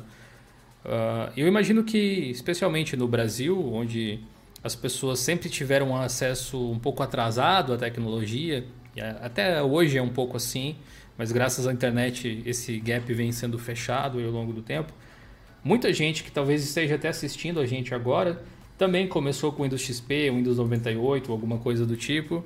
Uh, eu imagino que, especialmente no Brasil, onde as pessoas sempre tiveram um acesso um pouco atrasado à tecnologia, e até hoje é um pouco assim, mas graças à internet esse gap vem sendo fechado ao longo do tempo. Muita gente que talvez esteja até assistindo a gente agora também começou com Windows X P, Windows noventa e oito, alguma coisa do tipo.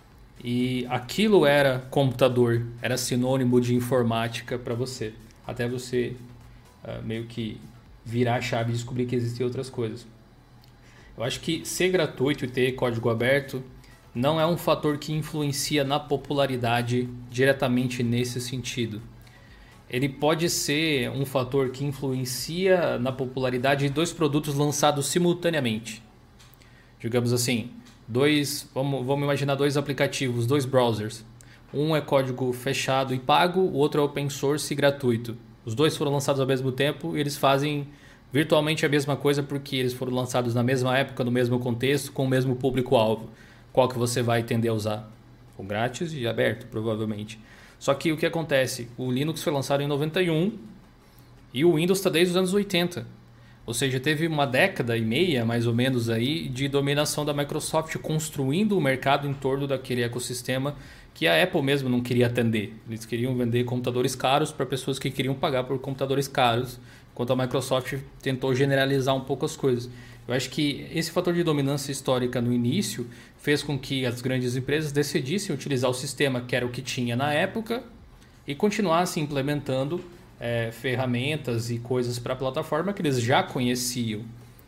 E aquilo era computador, era sinônimo de informática para você. Até você uh, meio que virar a chave e descobrir que existiam outras coisas. Eu acho que ser gratuito e ter código aberto não é um fator que influencia na popularidade diretamente nesse sentido. Ele pode ser um fator que influencia na popularidade de dois produtos lançados simultaneamente. Digamos assim, dois, vamos, vamos imaginar dois aplicativos, dois browsers. Um é código fechado e pago, o outro é open source e gratuito. Os dois foram lançados ao mesmo tempo e eles fazem virtualmente a mesma coisa porque eles foram lançados na mesma época, no mesmo contexto, com o mesmo público-alvo. Qual que você vai tender a usar? O grátis e aberto, provavelmente. Só que o que acontece? O Linux foi lançado em noventa e um e o Windows está desde os anos oitenta. Ou seja, teve uma década e meia, mais ou menos, aí, de dominação da Microsoft construindo o mercado em torno daquele ecossistema que a Apple mesmo não queria atender. Eles queriam vender computadores caros para pessoas que queriam pagar por computadores caros, enquanto a Microsoft tentou generalizar um pouco as coisas. Eu acho que esse fator de dominância histórica no início fez com que as grandes empresas decidissem utilizar o sistema que era o que tinha na época e continuassem implementando é, ferramentas e coisas para a plataforma que eles já conheciam.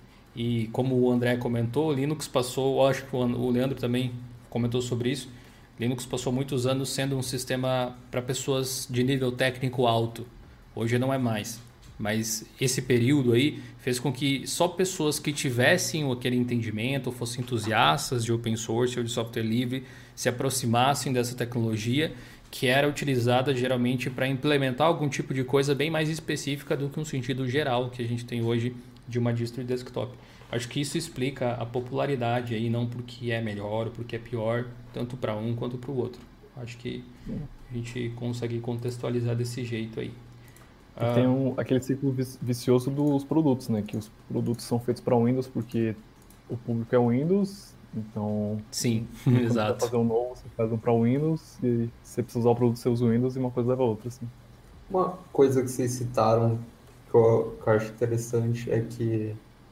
E como o André comentou, o Linux passou, acho que o Leandro também comentou sobre isso, Linux passou muitos anos sendo um sistema para pessoas de nível técnico alto. Hoje não é mais. Mas esse período aí fez com que só pessoas que tivessem aquele entendimento, ou fossem entusiastas de open source ou de software livre, se aproximassem dessa tecnologia, que era utilizada geralmente para implementar algum tipo de coisa bem mais específica do que um sentido geral que a gente tem hoje de uma distro de desktop. Acho que isso explica a popularidade aí, não porque é melhor ou porque é pior, tanto para um quanto para o outro. Acho que a gente consegue contextualizar desse jeito aí. E tem um, aquele ciclo vicioso dos produtos, né? Que os produtos são feitos para Windows porque o público é Windows, então... Sim, quando exato. Você vai fazer um novo, você faz um para Windows, e você precisa usar o produto, você usa o Windows e uma coisa leva a outra, assim. Uma coisa que vocês citaram que eu, que eu acho interessante é que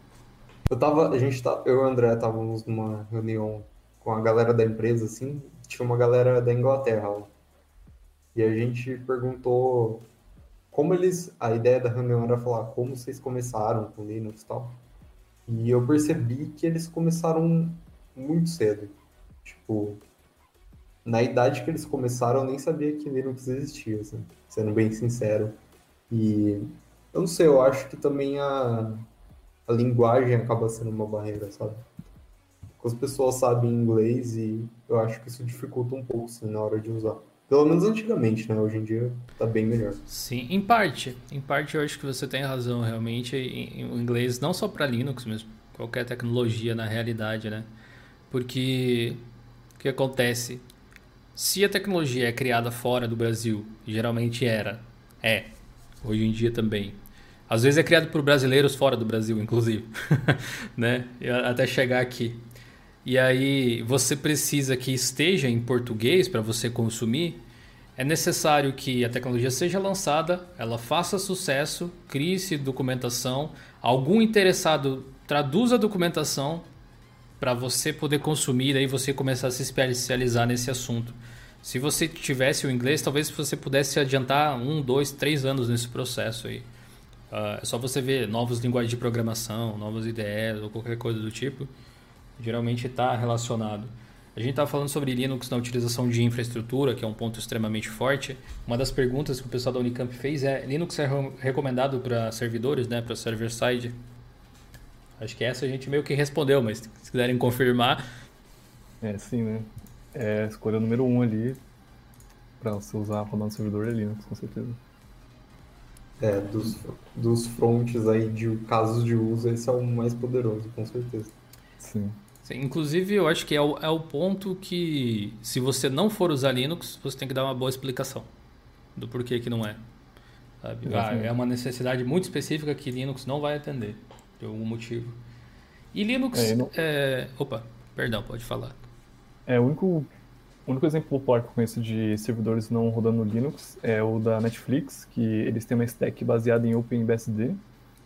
eu tava, a gente tá, eu e o André estávamos numa reunião com a galera da empresa, assim, tinha uma galera da Inglaterra lá. E a gente perguntou como eles, a ideia da reunião era falar como vocês começaram com Linux e tal. E eu percebi que eles começaram muito cedo. Tipo, na idade que eles começaram, eu nem sabia que Linux existia, assim, sendo bem sincero. E eu não sei, eu acho que também a, a linguagem acaba sendo uma barreira, sabe? Porque as pessoas sabem inglês e eu acho que isso dificulta um pouco, assim, na hora de usar. Pelo menos antigamente, né? Hoje em dia tá bem melhor. Sim, em parte. Em parte eu acho que você tem razão, realmente. O inglês, não só para Linux, mas qualquer tecnologia na realidade, né? Porque o que acontece? Se a tecnologia é criada fora do Brasil, geralmente era, é, hoje em dia também. Às vezes é criado por brasileiros fora do Brasil, inclusive, né? Até chegar aqui. E aí você precisa que esteja em português para você consumir, é necessário que a tecnologia seja lançada, ela faça sucesso, crie-se documentação, algum interessado traduza a documentação para você poder consumir e aí você começar a se especializar nesse assunto. Se você tivesse o inglês, talvez você pudesse adiantar um, dois, três anos nesse processo aí. Uh, é só você ver novas linguagens de programação, novas ideias ou qualquer coisa do tipo. Geralmente está relacionado. A gente estava falando sobre Linux na utilização de infraestrutura, que é um ponto extremamente forte. Uma das perguntas que o pessoal da Unicamp fez é: Linux é recomendado para servidores, né, para server-side? Acho que essa a gente meio que respondeu, mas se quiserem confirmar... É, sim, né? É a escolha número um ali para você usar rodar no servidor é Linux, com certeza. É, dos, dos fronts aí de casos de uso, esse é o mais poderoso, com certeza. Sim. Sim, inclusive, eu acho que é o, é o ponto que, se você não for usar Linux, você tem que dar uma boa explicação do porquê que não é. Sabe? Ah, é Exatamente. uma necessidade muito específica que Linux não vai atender, por algum motivo. E É, e Linux, não- é... opa, perdão, pode falar. é, o único, o único exemplo popular que eu conheço de servidores não rodando no Linux é o da Netflix, que eles têm uma stack baseada em OpenBSD,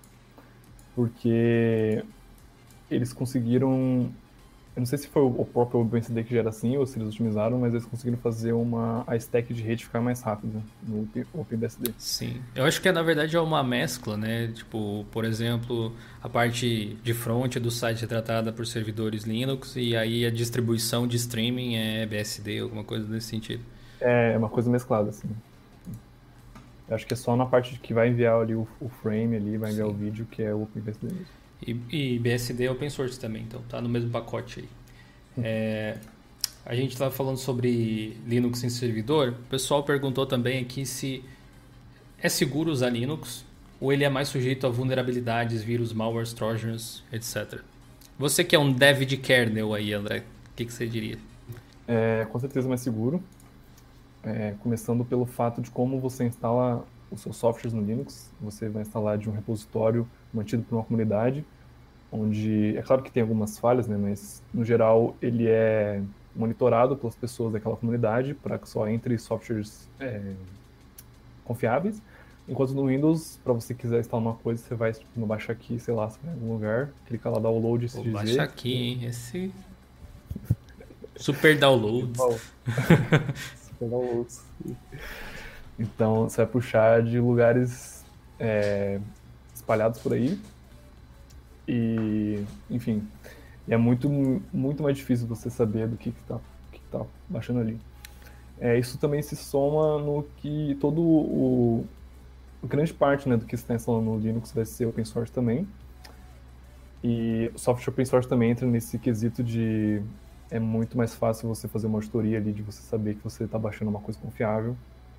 porque eles conseguiram. Eu não sei se foi o próprio OpenBSD que já era assim ou se eles otimizaram, mas eles conseguiram fazer uma, a stack de rede ficar mais rápida no Open- OpenBSD. Sim, eu acho que na verdade é uma mescla, né? Tipo, por exemplo, a parte de front do site é tratada por servidores Linux e aí a distribuição de streaming é B S D, alguma coisa nesse sentido. É uma coisa mesclada, assim. Eu acho que é só na parte de que vai enviar ali o, o frame ali, vai enviar o Sim. vídeo, que é o OpenBSD mesmo. E, e B S D é open source também, então tá no mesmo pacote aí. É, a gente estava falando sobre Linux em servidor. O pessoal perguntou também aqui se é seguro usar Linux ou ele é mais sujeito a vulnerabilidades, vírus, malwares, trojans, etcétera. Você que é um dev de kernel aí, André, o que, que você diria? É com certeza mais seguro, é, começando pelo fato de como você instala os seus softwares no Linux. Você vai instalar de um repositório mantido por uma comunidade, onde é claro que tem algumas falhas, né, mas no geral ele é monitorado pelas pessoas daquela comunidade para que só entre softwares é, confiáveis. Enquanto no Windows, para você quiser instalar uma coisa, você vai tipo, no Baixa Aqui, sei lá, você vai em algum lugar, clica lá download Vou S G baixar Z aqui, hein? Esse super e downloads. pau. Super downloads. Então você vai puxar de lugares é, espalhados por aí. E, enfim, é muito, muito mais difícil você saber do que está que tá baixando ali. É, isso também se soma no que todo o. Grande parte, né, do que você está instalando no Linux vai ser open source também. E o software open source também entra nesse quesito de é muito mais fácil você fazer uma auditoria ali, de você saber que você está baixando uma coisa confiável.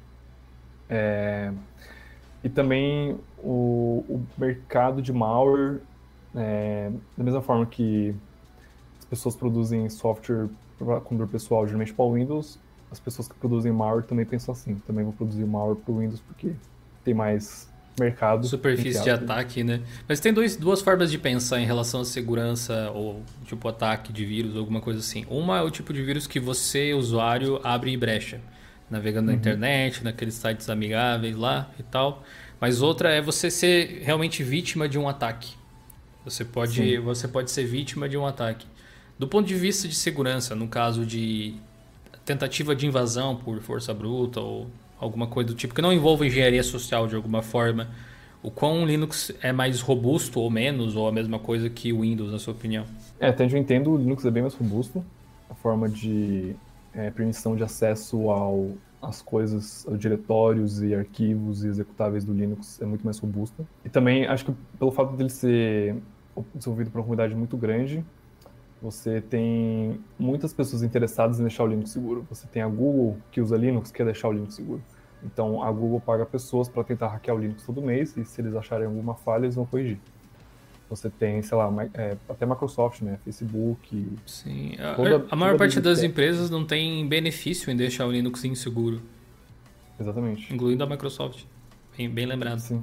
É, e também o, o mercado de malware, é, da mesma forma que as pessoas produzem software para computador pessoal, geralmente para o Windows, as pessoas que produzem malware também pensam assim, também vão produzir malware para o Windows porque tem mais mercado, Superfície de entre aspas. ataque, né? Mas tem dois, duas formas de pensar em relação à segurança ou tipo ataque de vírus, alguma coisa assim. Uma é o tipo de vírus que você, usuário, abre brecha, navegando na Uhum. internet, naqueles sites amigáveis lá e tal. Mas outra é você ser realmente vítima de um ataque. Você pode, Sim. você pode ser vítima de um ataque. Do ponto de vista de segurança, no caso de tentativa de invasão por força bruta ou alguma coisa do tipo que não envolva engenharia social de alguma forma, o quão o Linux é mais robusto ou menos, ou a mesma coisa que o Windows, na sua opinião? É, até onde eu entendo, o Linux é bem mais robusto. A forma de é, permissão de acesso ao, às coisas, aos diretórios e arquivos e executáveis do Linux é muito mais robusta. E também, acho que pelo fato dele ser desenvolvido por uma comunidade muito grande, você tem muitas pessoas interessadas em deixar o Linux seguro. Você tem a Google, que usa Linux, que quer deixar o Linux seguro. Então, a Google paga pessoas para tentar hackear o Linux todo mês, e se eles acharem alguma falha, eles vão corrigir. Você tem, sei lá, é, até Microsoft, né? Facebook. Sim, a, Toda, a maior toda parte das biblioteca. empresas não tem benefício em deixar o Linux inseguro, Exatamente. incluindo a Microsoft. Bem, bem lembrado. Sim.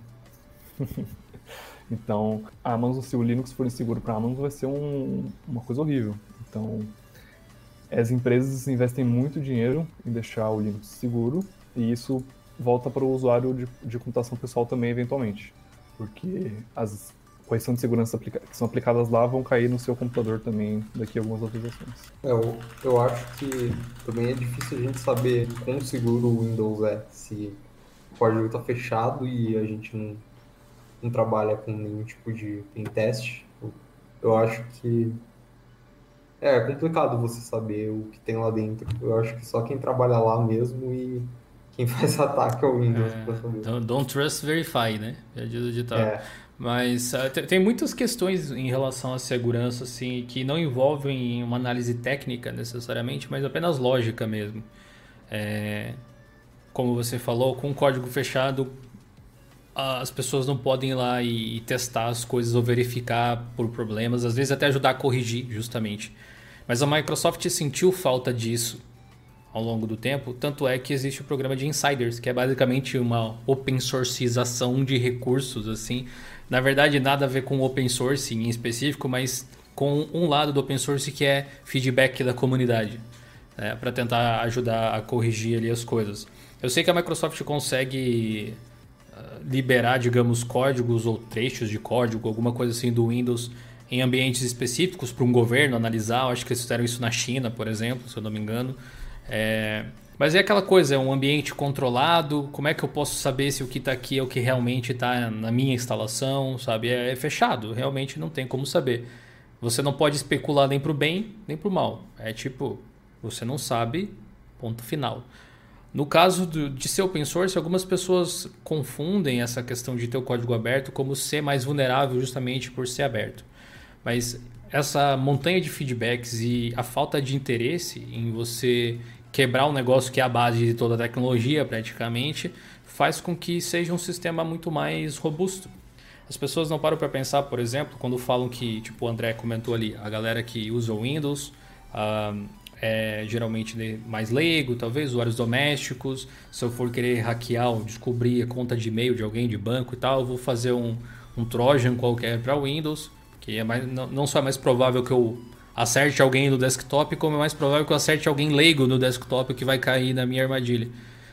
Então, a Amazon, se o Linux for inseguro para a Amazon, vai ser um, uma coisa horrível. Então, as empresas investem muito dinheiro em deixar o Linux seguro, e isso volta para o usuário de, de computação pessoal também, eventualmente. Porque as correções de segurança aplica- que são aplicadas lá vão cair no seu computador também daqui a algumas atualizações. É, eu, eu acho que também é difícil a gente saber quão seguro o Windows é, se o código está fechado e a gente não, não trabalha com nenhum tipo de teste. Eu, eu acho que é, é complicado você saber o que tem lá dentro. Eu acho que só quem trabalha lá mesmo e quem faz ataque é o Windows É, para saber. don't, don't trust, verify, né? Já diz o ditado. É, Mas uh, tem, tem muitas questões em relação à segurança, assim, que não envolvem uma análise técnica necessariamente, mas apenas lógica mesmo. É, como você falou, com o código fechado, as pessoas não podem ir lá e testar as coisas ou verificar por problemas, às vezes até ajudar a corrigir, justamente. Mas a Microsoft sentiu falta disso ao longo do tempo, tanto é que existe o programa de Insiders, que é basicamente uma open sourceização de recursos, assim. Na verdade, nada a ver com open source em específico, mas com um lado do open source que é feedback da comunidade, né, para tentar ajudar a corrigir ali as coisas. Eu sei que a Microsoft consegue liberar, digamos, códigos ou trechos de código, alguma coisa assim do Windows em ambientes específicos para um governo analisar. Eu acho que eles fizeram isso na China, por exemplo, se eu não me engano. É... Mas é aquela coisa, é um ambiente controlado. Como é que eu posso saber se o que está aqui é o que realmente está na minha instalação, sabe? É, é fechado, realmente não tem como saber. Você não pode especular nem para o bem, nem para o mal. É tipo, você não sabe, ponto final. No caso do, de ser open source, algumas pessoas confundem essa questão de ter o código aberto como ser mais vulnerável justamente por ser aberto. Mas essa montanha de feedbacks e a falta de interesse em você quebrar um negócio que é a base de toda a tecnologia praticamente, faz com que seja um sistema muito mais robusto. As pessoas não param para pensar, por exemplo, quando falam que, tipo o André comentou ali, a galera que usa o Windows... Uh, é geralmente mais leigo, talvez usuários domésticos. Se eu for querer hackear ou descobrir a conta de e-mail de alguém de banco e tal, eu vou fazer um, um Trojan qualquer para Windows, que é mais, não, não só é mais provável que eu acerte alguém no desktop, como é mais provável que eu acerte alguém leigo no desktop que vai cair na minha armadilha.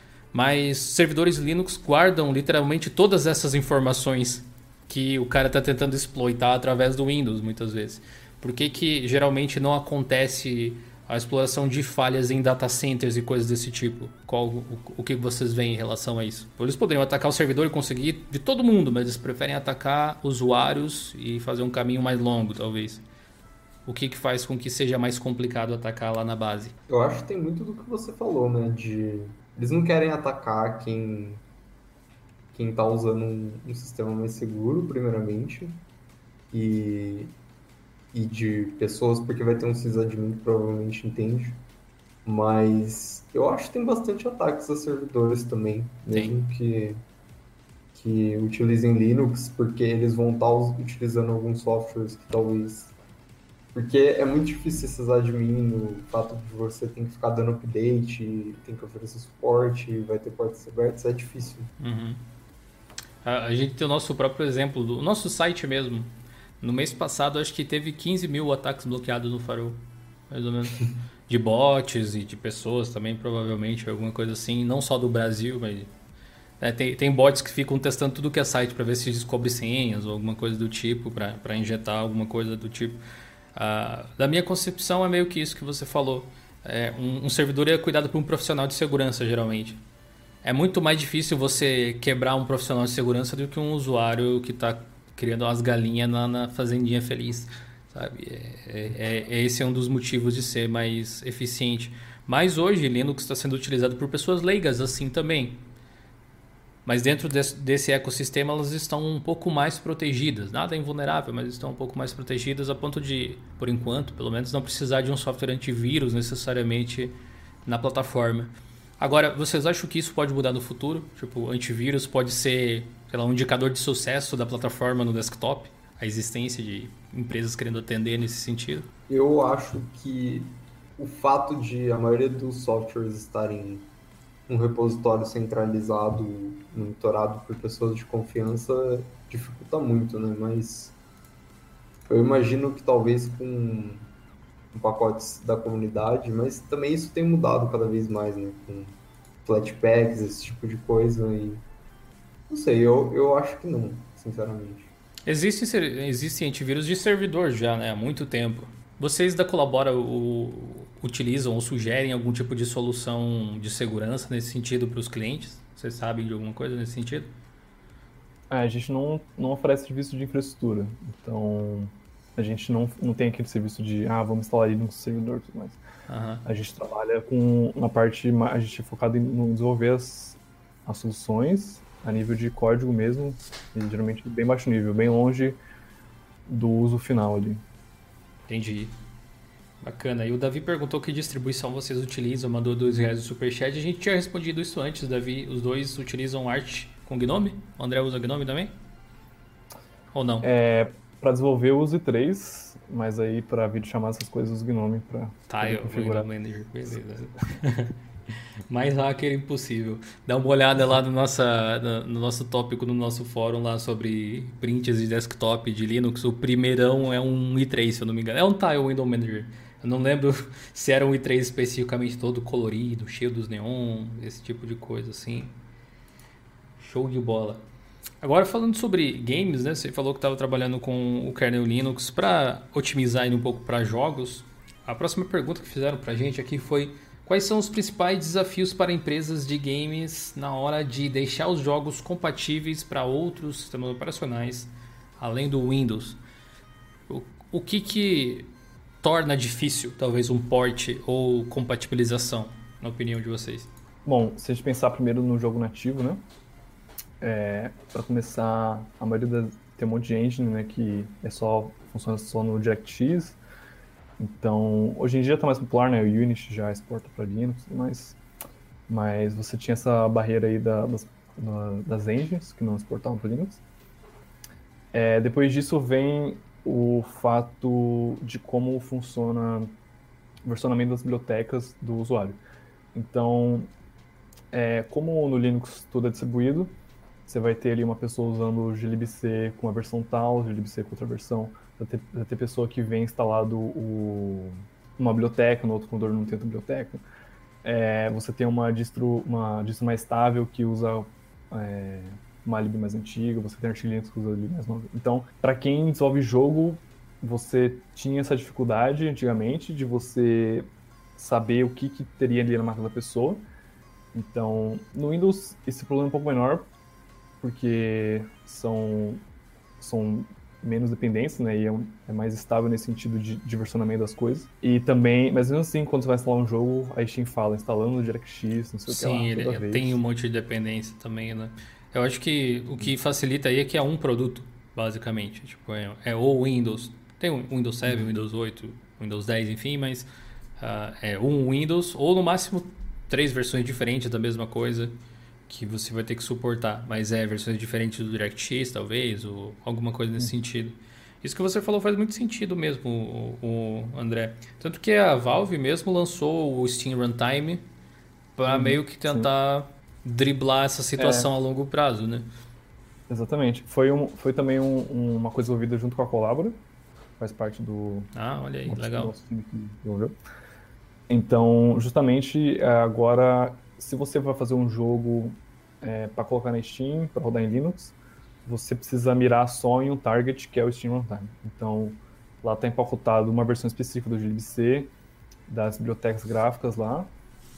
Mas servidores Linux guardam literalmente todas essas informações que o cara está tentando exploitar através do Windows muitas vezes. Por que que geralmente não acontece a exploração de falhas em data centers e coisas desse tipo? Qual, o, o que vocês veem em relação a isso? Eles poderiam atacar o servidor e conseguir de todo mundo, mas eles preferem atacar usuários e fazer um caminho mais longo, talvez. O que, que faz com que seja mais complicado atacar lá na base? Eu acho que tem muito do que você falou, né? De eles não querem atacar quem quem está usando um, um sistema mais seguro, primeiramente, e e de pessoas, porque vai ter um sysadmin que provavelmente entende. Mas eu acho que tem bastante ataques a servidores também, mesmo que, que utilizem Linux, porque eles vão estar utilizando alguns softwares que talvez... Porque é muito difícil esses admin, o fato de você tem que ficar dando update, tem que oferecer suporte, vai ter portas abertas, é difícil. Uhum. A, a gente tem o nosso próprio exemplo, do nosso site mesmo. No mês passado, acho que teve quinze mil ataques bloqueados no Farol, mais ou menos. De bots e de pessoas também, provavelmente, alguma coisa assim. Não só do Brasil, mas... É, tem, tem bots que ficam testando tudo que é site para ver se descobre senhas ou alguma coisa do tipo, para injetar alguma coisa do tipo. Ah, da minha concepção, é meio que isso que você falou. É, um, um servidor é cuidado por um profissional de segurança, geralmente. É muito mais difícil você quebrar um profissional de segurança do que um usuário que está... criando umas galinhas na, na fazendinha feliz, sabe? É, é, é, esse é um dos motivos de ser mais eficiente. Mas hoje Linux está sendo utilizado por pessoas leigas assim também. Mas dentro desse, desse ecossistema elas estão um pouco mais protegidas. Nada é invulnerável, mas estão um pouco mais protegidas a ponto de, por enquanto, pelo menos não precisar de um software antivírus necessariamente na plataforma. Agora, vocês acham que isso pode mudar no futuro? Tipo, antivírus pode ser, sei lá, um indicador de sucesso da plataforma no desktop? A existência de empresas querendo atender nesse sentido? Eu acho que o fato de a maioria dos softwares estarem num repositório centralizado, monitorado por pessoas de confiança, dificulta muito, né? Mas eu imagino que talvez com pacotes da comunidade, mas também isso tem mudado cada vez mais, né? Com Flatpaks, esse tipo de coisa, e não sei, eu, eu acho que não, sinceramente. Existem, existem antivírus de servidor já, né? Há muito tempo. Vocês da Colabora o, utilizam ou sugerem algum tipo de solução de segurança nesse sentido para os clientes? Vocês sabem de alguma coisa nesse sentido? É, a gente não, não oferece serviço de infraestrutura, então a gente não, não tem aquele serviço de, ah, vamos instalar Linux no servidor e tudo mais. Uhum. A gente trabalha com uma parte, a gente é focado em desenvolver as, as soluções a nível de código mesmo, e geralmente bem baixo nível, bem longe do uso final ali. Entendi. Bacana. E o Davi perguntou que distribuição vocês utilizam, mandou dois reais no Superchat. A gente tinha respondido isso antes, Davi. Os dois utilizam Arch com Gnome? O André usa Gnome também? Ou não? É, para desenvolver eu uso i três, mas aí para videochamada essas coisas eu uso Gnome para Tá, eu configurar. Window Manager, beleza. Mais hacker impossível. Dá uma olhada lá no, nossa, no, no nosso tópico, no nosso fórum lá sobre prints de desktop de Linux. O primeirão é um i três, se eu não me engano. É um Tile Window Manager. Eu não lembro se era um i três especificamente todo colorido, cheio dos neon, esse tipo de coisa assim. Show de bola. Agora falando sobre games, né? Você falou que estava trabalhando com o kernel Linux para otimizar ele um pouco para jogos. A próxima pergunta que fizeram para a gente aqui foi: quais são os principais desafios para empresas de games na hora de deixar os jogos compatíveis para outros sistemas operacionais, além do Windows? O, o que que torna difícil, talvez, um port ou compatibilização, na opinião de vocês? Bom, se a gente pensar primeiro no jogo nativo, né? É, para começar, a maioria das, tem um monte de engine, né, que é só, funciona só no DirectX. Então, hoje em dia está mais popular, né? O Unity já exporta para Linux, mas, mas você tinha essa barreira aí da, das, das engines que não exportavam para Linux. É, depois disso vem o fato de como funciona o versionamento das bibliotecas do usuário. Então, é, como no Linux tudo é distribuído, você vai ter ali uma pessoa usando o glibc com a versão tal, o glibc com outra versão. Vai ter, vai ter pessoa que vem instalado o, uma biblioteca, no outro computador não tem outra biblioteca. É, você tem uma distro, uma distro mais estável que usa é, uma lib mais antiga, você tem Arch Linux que usa lib mais nova. Então, para quem desenvolve jogo, você tinha essa dificuldade antigamente de você saber o que, que teria ali na máquina da pessoa. Então, no Windows, esse problema é um pouco menor, porque são, são menos dependentes, né, e é, um, é mais estável nesse sentido de, de versionamento das coisas. E também, mas mesmo assim, quando você vai instalar um jogo, a Steam fala, instalando o DirectX, não sei o que lá, Sim, ele toda vez. tem um monte de dependência também, né? Eu acho que o que facilita aí é que é um produto, basicamente. Tipo, é, é ou Windows, tem o Windows sete, uhum. Windows oito, Windows dez, enfim, mas uh, é um Windows, ou no máximo três versões diferentes da mesma coisa, que você vai ter que suportar, mas é versões diferentes do DirectX, talvez, ou alguma coisa nesse hum. sentido. Isso que você falou faz muito sentido mesmo, o, o André. Tanto que a Valve mesmo lançou o Steam Runtime para hum, meio que tentar sim. driblar essa situação é. a longo prazo, né? Exatamente. Foi, um, foi também um, uma coisa ouvida junto com a Collabora, faz parte do... Ah, olha aí, legal. Do então, justamente, agora... Se você vai fazer um jogo é, para colocar na Steam, para rodar em Linux, você precisa mirar só em um target, que é o Steam Runtime. Então, lá está empacotado uma versão específica do glibc, das bibliotecas gráficas lá,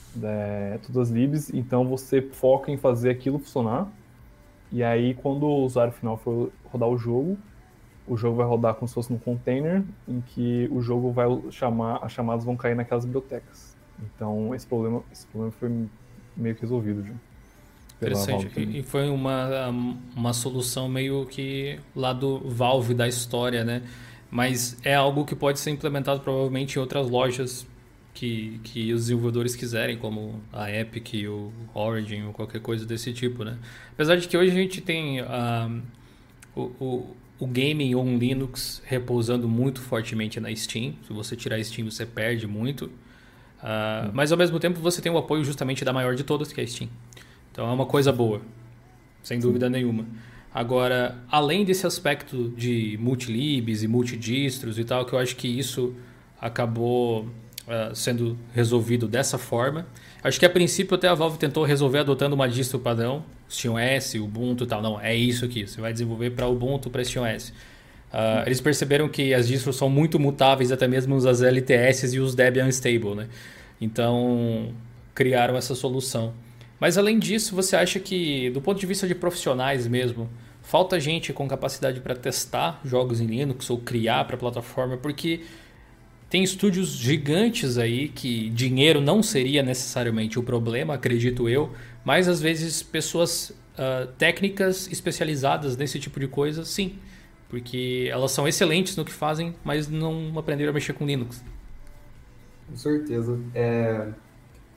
é, todas as libs. Então, você foca em fazer aquilo funcionar. E aí, quando o usuário final for rodar o jogo, o jogo vai rodar como se fosse num container, em que o jogo vai chamar, as chamadas vão cair naquelas bibliotecas. Então, esse problema, esse problema foi meio que resolvido já. Interessante. E, e foi uma, uma solução meio que lá do Valve da história, né? Mas é algo que pode ser implementado provavelmente em outras lojas que, que os desenvolvedores quiserem, como a Epic, o Origin ou qualquer coisa desse tipo, né? Apesar de que hoje a gente tem uh, o, o, o gaming ou um Linux repousando muito fortemente na Steam. Se você tirar a Steam, você perde muito. Uh, mas ao mesmo tempo você tem o apoio justamente da maior de todas, que é a Steam. Então é uma coisa boa, sem dúvida Sim. nenhuma. Agora, além desse aspecto de multilibs e multidistros e tal, que eu acho que isso acabou uh, sendo resolvido dessa forma. Acho que a princípio até a Valve tentou resolver adotando uma distro padrão, SteamOS, Ubuntu e tal. Não, é isso aqui, você vai desenvolver para Ubuntu, para SteamOS. Uh, eles perceberam que as distros são muito mutáveis, até mesmo as L T S e os Debian Stable, né? Então, criaram essa solução. Mas além disso, você acha que, do ponto de vista de profissionais mesmo, falta gente com capacidade para testar jogos em Linux ou criar para a plataforma? Porque tem estúdios gigantes aí que dinheiro não seria necessariamente o problema, acredito eu, mas às vezes pessoas uh, técnicas especializadas nesse tipo de coisa, sim. Porque elas são excelentes no que fazem, mas não aprenderam a mexer com Linux. Com certeza. É...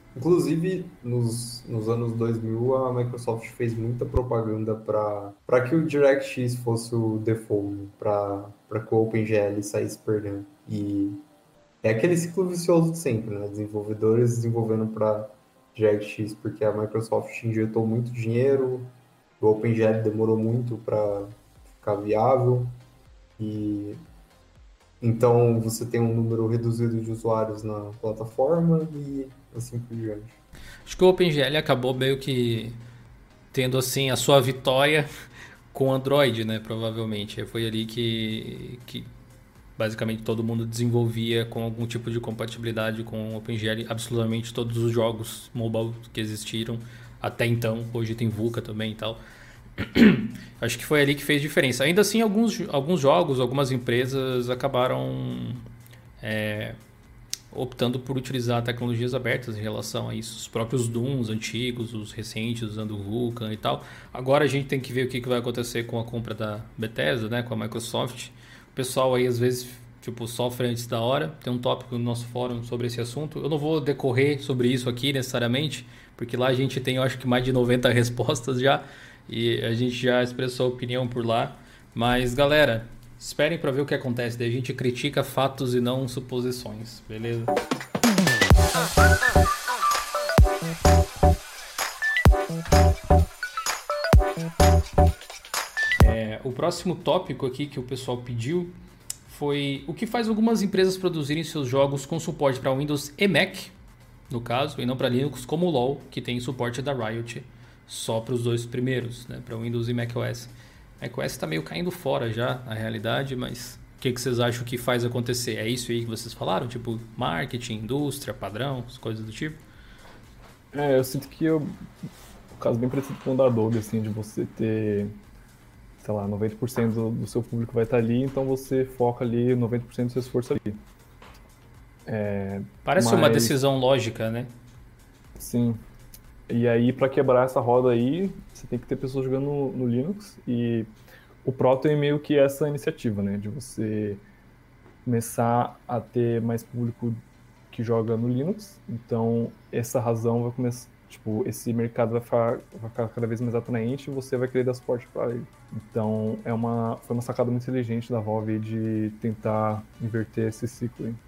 Inclusive, nos, nos anos dois mil, a Microsoft fez muita propaganda para para que o DirectX fosse o default, para para que o OpenGL saísse perdendo. E é aquele ciclo vicioso de sempre, né? Desenvolvedores desenvolvendo para DirectX, porque a Microsoft injetou muito dinheiro, o OpenGL demorou muito para ficar viável, e então você tem um número reduzido de usuários na plataforma e assim por diante. Acho que o OpenGL acabou meio que tendo assim a sua vitória com o Android, né? Provavelmente. Foi ali que, que basicamente todo mundo desenvolvia com algum tipo de compatibilidade com o OpenGL. Absolutamente todos os jogos mobile que existiram até então. Hoje tem Vulkan também e tal. Acho que foi ali que fez diferença. Ainda assim, alguns, alguns jogos, algumas empresas acabaram é, optando por utilizar tecnologias abertas em relação a isso. Os próprios Dooms antigos, os recentes, usando o Vulkan e tal. Agora a gente tem que ver o que vai acontecer com a compra da Bethesda, né, com a Microsoft. O pessoal aí às vezes tipo, sofre antes da hora. Tem um tópico no nosso fórum sobre esse assunto. Eu não vou decorrer sobre isso aqui necessariamente, porque lá a gente tem, eu acho que mais de noventa respostas já. E a gente já expressou opinião por lá. Mas, galera, esperem para ver o que acontece. Daí a gente critica fatos e não suposições, beleza? É, o próximo tópico aqui que o pessoal pediu foi o que faz algumas empresas produzirem seus jogos com suporte para Windows e Mac, no caso, e não para Linux, como o LoL, que tem suporte da Riot só para os dois primeiros, né, para Windows e macOS. macOS está meio caindo fora já, na realidade, mas o que, que vocês acham que faz acontecer? É isso aí que vocês falaram? Tipo, marketing, indústria, padrão, as coisas do tipo? É, eu sinto que eu, um caso bem parecido com o da Adobe, assim, de você ter, sei lá, noventa por cento do, do seu público vai estar ali, então você foca ali noventa por cento do seu esforço ali. É, Parece mas, uma decisão lógica, né? Sim. E aí, para quebrar essa roda aí, você tem que ter pessoas jogando no, no Linux, e o Proton é meio que essa iniciativa, né, de você começar a ter mais público que joga no Linux. Então, essa razão vai começar, tipo, esse mercado vai ficar, vai ficar cada vez mais atraente e você vai querer dar suporte para ele. Então, é uma, foi uma sacada muito inteligente da Valve de tentar inverter esse ciclo aí.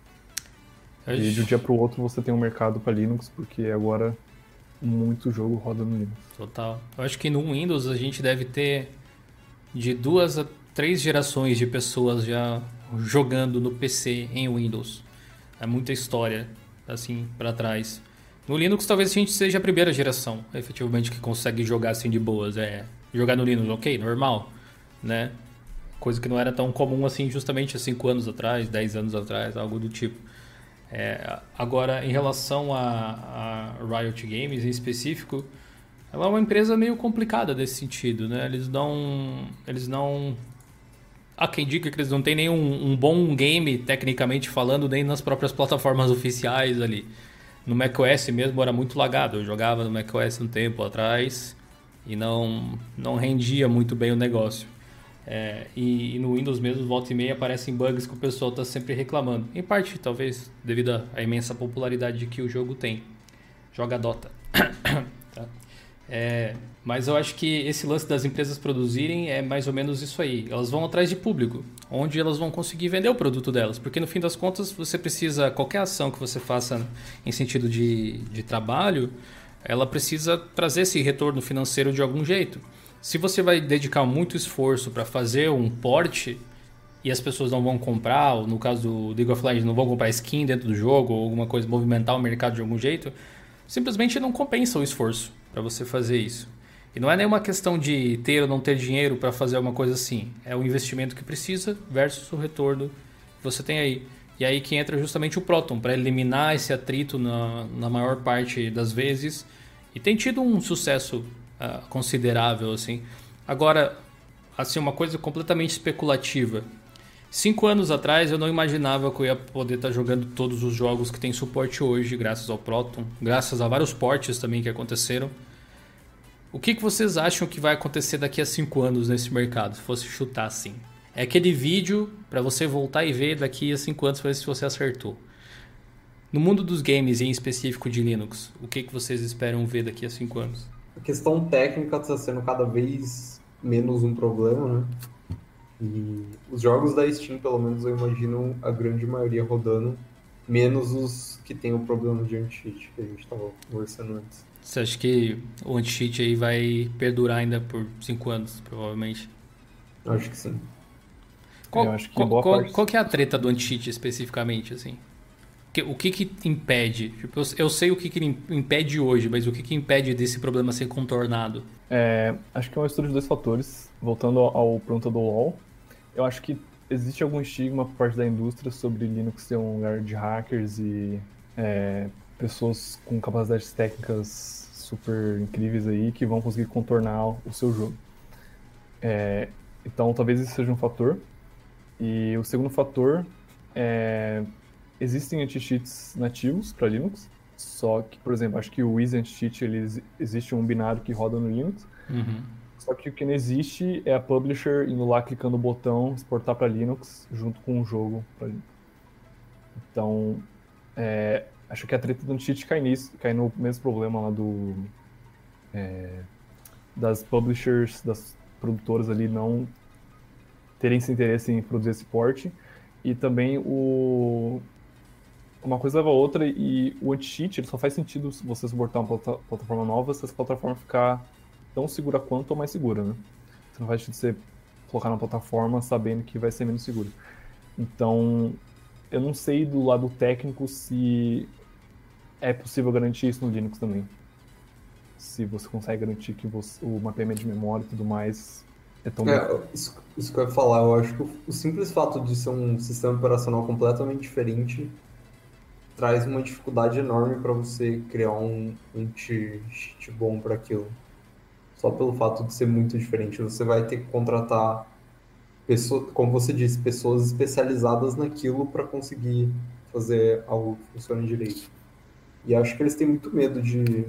E de um dia para o outro você tem um mercado para Linux, porque agora muito jogo roda no Linux. Total. Eu acho que no Windows a gente deve ter de duas a três gerações de pessoas já jogando no P C em Windows. É muita história, assim, para trás. No Linux talvez a gente seja a primeira geração, efetivamente, que consegue jogar assim de boas. É, jogar no Linux, ok, normal, né? Coisa que não era tão comum assim justamente há cinco anos atrás, dez anos atrás, algo do tipo. É, agora, em relação a, a Riot Games em específico, ela é uma empresa meio complicada nesse sentido, né? Eles não... Eles não... Há quem diga que eles não têm nenhum um bom game, tecnicamente falando, nem nas próprias plataformas oficiais ali. No macOS mesmo era muito lagado. Eu jogava no macOS um tempo atrás e não, não rendia muito bem o negócio. É, e, e no Windows mesmo, volta e meia, aparecem bugs que o pessoal está sempre reclamando. Em parte, talvez, devido à imensa popularidade que o jogo tem. Joga Dota. Tá? É, mas eu acho que esse lance das empresas produzirem é mais ou menos isso aí. Elas vão atrás de público, onde elas vão conseguir vender o produto delas. Porque no fim das contas, você precisa, qualquer ação que você faça em sentido de, de trabalho, ela precisa trazer esse retorno financeiro de algum jeito. Se você vai dedicar muito esforço para fazer um port e as pessoas não vão comprar, ou no caso do League of Legends não vão comprar skin dentro do jogo, ou alguma coisa, movimentar o mercado de algum jeito, simplesmente não compensa o esforço para você fazer isso. E não é nenhuma questão de ter ou não ter dinheiro para fazer uma coisa assim. É o investimento que precisa versus o retorno que você tem aí. E aí que entra justamente o Proton, para eliminar esse atrito na, na maior parte das vezes. E tem tido um sucesso Uh, considerável, assim. Agora, assim, uma coisa completamente especulativa. Cinco anos atrás eu não imaginava que eu ia poder estar jogando todos os jogos que tem suporte hoje, graças ao Proton, graças a vários portes também que aconteceram. O que, que vocês acham que vai acontecer daqui a cinco anos nesse mercado, se fosse chutar assim? É aquele vídeo para você voltar e ver daqui a cinco anos para ver se você acertou. No mundo dos games, em específico de Linux, o que, que vocês esperam ver daqui a cinco anos? A questão técnica está sendo cada vez menos um problema, né? E os jogos da Steam, pelo menos eu imagino a grande maioria rodando, menos os que tem o problema de anti-cheat que a gente estava conversando antes. Você acha que o anti-cheat aí vai perdurar ainda por cinco anos, provavelmente? Acho que sim. Qual, Eu acho que qual, boa qual, parte... qual que é a treta do anti-cheat especificamente, assim? Que- O que que impede? Tipo, eu, eu sei o que que impede hoje, mas o que que impede desse problema ser contornado? É, acho que é uma mistura de dois fatores. Voltando ao, ao pergunta do LoL, eu acho que existe algum estigma por parte da indústria sobre Linux ser um lugar de hackers e é, pessoas com capacidades técnicas super incríveis aí que vão conseguir contornar o seu jogo. É, então, talvez esse seja um fator. E o segundo fator é... Existem anti-cheats nativos para Linux, só que, por exemplo, acho que o Easy Anti-Cheat, ele, existe um binário que roda no Linux, Uhum. só que o que não existe é a publisher indo lá, clicando no botão, exportar para Linux, junto com o jogo para Linux. Então, é, acho que a treta do anti-cheat cai nisso, cai no mesmo problema lá do... É, das publishers, das produtoras ali não terem esse interesse em produzir esse port, e também o... Uma coisa leva a outra, e o anti-cheat ele só faz sentido se você suportar uma plata- plataforma nova se essa plataforma ficar tão segura quanto ou mais segura, né? Você não faz sentido você colocar na plataforma sabendo que vai ser menos seguro. Então, eu não sei do lado técnico se é possível garantir isso no Linux também. Se você consegue garantir que você, o mapeamento de memória e tudo mais é tão bom. É, isso, isso que eu ia falar, eu acho que o, o simples fato de ser um sistema operacional completamente diferente traz uma dificuldade enorme para você criar um anti-cheat bom para aquilo. Só pelo fato de ser muito diferente. Você vai ter que contratar, pessoas, como você disse, pessoas especializadas naquilo para conseguir fazer algo que funcione direito. E acho que eles têm muito medo de,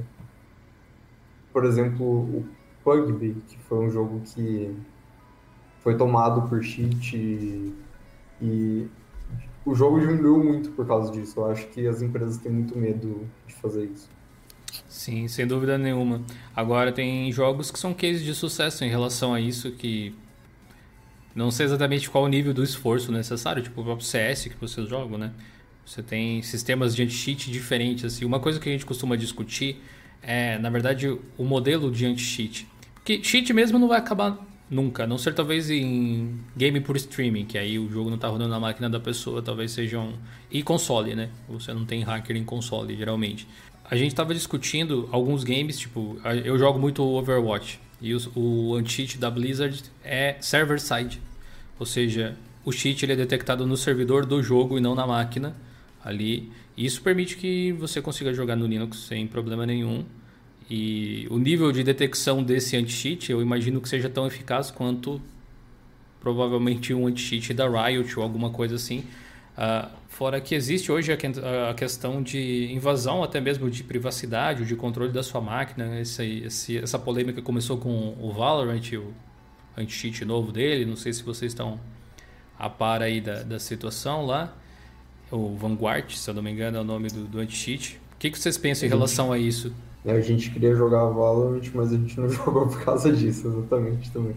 por exemplo, o Pugby, que foi um jogo que foi tomado por cheat e, e o jogo diminuiu muito por causa disso. Eu acho que as empresas têm muito medo de fazer isso. Sim, sem dúvida nenhuma. Agora tem jogos que são cases de sucesso em relação a isso, que não sei exatamente qual o nível do esforço necessário, tipo o próprio C S que vocês jogam, né? Você tem sistemas de anti-cheat diferentes, assim. Uma coisa que a gente costuma discutir é, na verdade, o modelo de anti-cheat. Porque cheat mesmo não vai acabar nunca, a não ser talvez em game por streaming, que aí o jogo não tá rodando na máquina da pessoa, talvez sejam... E console, né? Você não tem hacker em console, geralmente. A gente tava discutindo alguns games, tipo, eu jogo muito Overwatch, e o, o anti-cheat da Blizzard é server-side. Ou seja, o cheat ele é detectado no servidor do jogo e não na máquina ali. Isso permite que você consiga jogar no Linux sem problema nenhum. E o nível de detecção desse anti-cheat eu imagino que seja tão eficaz quanto provavelmente um anti-cheat da Riot ou alguma coisa assim. Uh, fora que existe hoje a, que, a questão de invasão até mesmo de privacidade ou de controle da sua máquina. Esse, esse, essa polêmica começou com o Valorant, o anti-cheat novo dele. Não sei se vocês estão a par aí da, da situação lá. O Vanguard, se eu não me engano, é o nome do, do anti-cheat. O que, que vocês pensam em relação a isso? A gente queria jogar Valorant, mas a gente não jogou por causa disso, exatamente, também.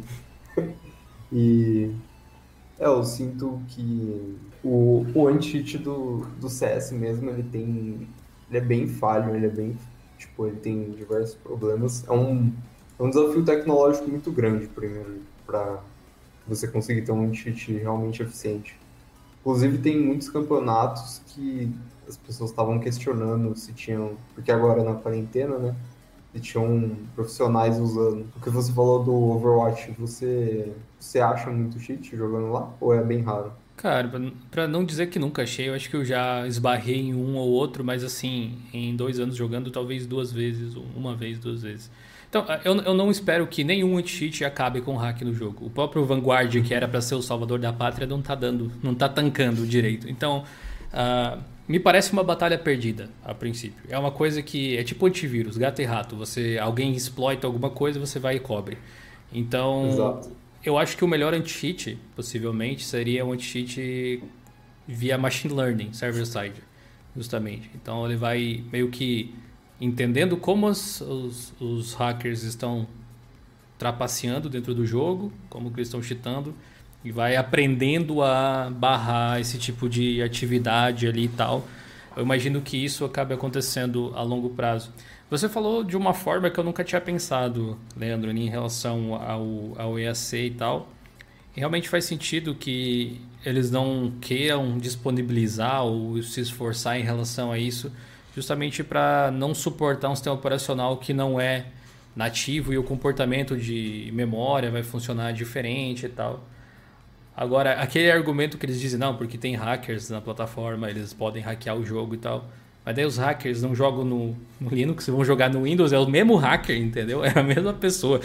E... É, eu sinto que o, o anti-cheat do, do C S mesmo, ele tem... Ele é bem falho, ele é bem... Tipo, ele tem diversos problemas. É um, é um desafio tecnológico muito grande, primeiro, para você conseguir ter um anti-cheat realmente eficiente. Inclusive, tem muitos campeonatos que as pessoas estavam questionando se tinham... Porque agora na quarentena, né? Se tinham profissionais usando. O que você falou do Overwatch, você, você acha muito cheat jogando lá? Ou é bem raro? Cara, pra não dizer que nunca achei, eu acho que eu já esbarrei em um ou outro, mas assim, em dois anos jogando, talvez duas vezes, ou uma vez, duas vezes. Então, eu, eu não espero que nenhum anti-cheat acabe com o hack no jogo. O próprio Vanguard, que era para ser o salvador da pátria, não tá dando, não tá tancando direito. Então, uh, me parece uma batalha perdida, a princípio. É uma coisa que é tipo antivírus, gato e rato. Você, alguém exploita alguma coisa, você vai e cobre. Então, Exato. Eu acho que o melhor anti-cheat, possivelmente, seria um anti-cheat via machine learning, server-side. justamente. Então ele vai meio que entendendo como os, os, os hackers estão trapaceando dentro do jogo, como que eles estão cheatando, e vai aprendendo a barrar esse tipo de atividade ali e tal. Eu imagino que isso acabe acontecendo a longo prazo. Você falou de uma forma que eu nunca tinha pensado, Leandro, em relação ao, ao E A C e tal. E realmente faz sentido que eles não queiram disponibilizar ou se esforçar em relação a isso, justamente para não suportar um sistema operacional que não é nativo e o comportamento de memória vai funcionar diferente e tal. Agora, aquele argumento que eles dizem, não, porque tem hackers na plataforma, eles podem hackear o jogo e tal. Mas daí os hackers não jogam no, no Linux, vão jogar no Windows, é o mesmo hacker, entendeu? É a mesma pessoa.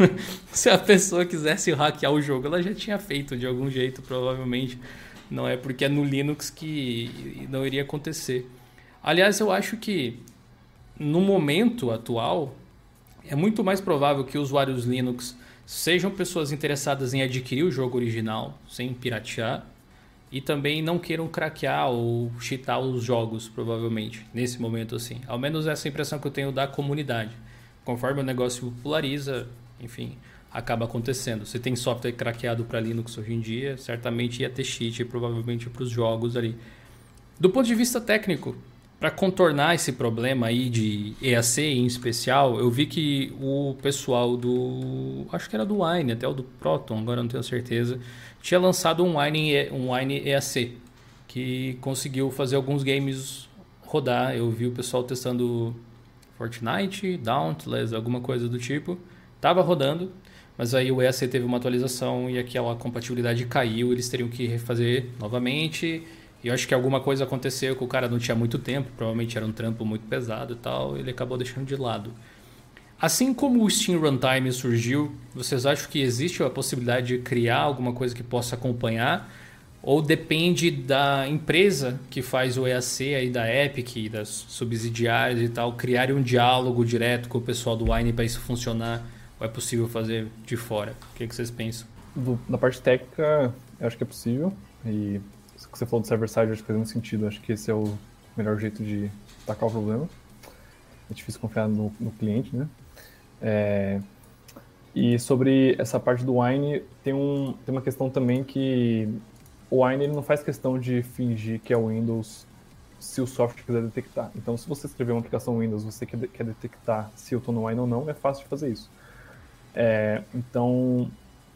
Se a pessoa quisesse hackear o jogo, ela já tinha feito de algum jeito, provavelmente. Não é porque é no Linux que não iria acontecer. Aliás, eu acho que no momento atual, é muito mais provável que usuários Linux sejam pessoas interessadas em adquirir o jogo original, sem piratear, e também não queiram craquear ou cheatar os jogos, provavelmente, nesse momento assim. Ao menos essa é a impressão que eu tenho da comunidade. Conforme o negócio populariza, enfim, acaba acontecendo. Se tem software craqueado para Linux hoje em dia, certamente ia ter cheat, provavelmente para os jogos ali. Do ponto de vista técnico, para contornar esse problema aí de E A C em especial, eu vi que o pessoal do... acho que era do Wine, até o do Proton, agora não tenho certeza, tinha lançado um Wine, um Wine E A C, que conseguiu fazer alguns games rodar. Eu vi o pessoal testando Fortnite, Dauntless, alguma coisa do tipo. Tava rodando, mas aí o E A C teve uma atualização e aquela compatibilidade caiu, eles teriam que refazer novamente. E eu acho que alguma coisa aconteceu que o cara não tinha muito tempo, provavelmente era um trampo muito pesado e tal, ele acabou deixando de lado. Assim como o Steam Runtime surgiu, vocês acham que existe a possibilidade de criar alguma coisa que possa acompanhar? Ou depende da empresa que faz o E A C, aí da Epic, das subsidiárias e tal, criarem um diálogo direto com o pessoal do Wine para isso funcionar? Ou é possível fazer de fora? O que, que vocês pensam? Do, na parte técnica, eu acho que é possível. E o que você falou do server-side, acho que faz muito sentido. Acho que esse é o melhor jeito de atacar o problema. É difícil confiar no, no cliente, né? É, e sobre essa parte do Wine, tem, um, tem uma questão também que o Wine ele não faz questão de fingir que é o Windows se o software quiser detectar. Então, se você escrever uma aplicação Windows, você quer, quer detectar se eu estou no Wine ou não, é fácil de fazer isso. É, então,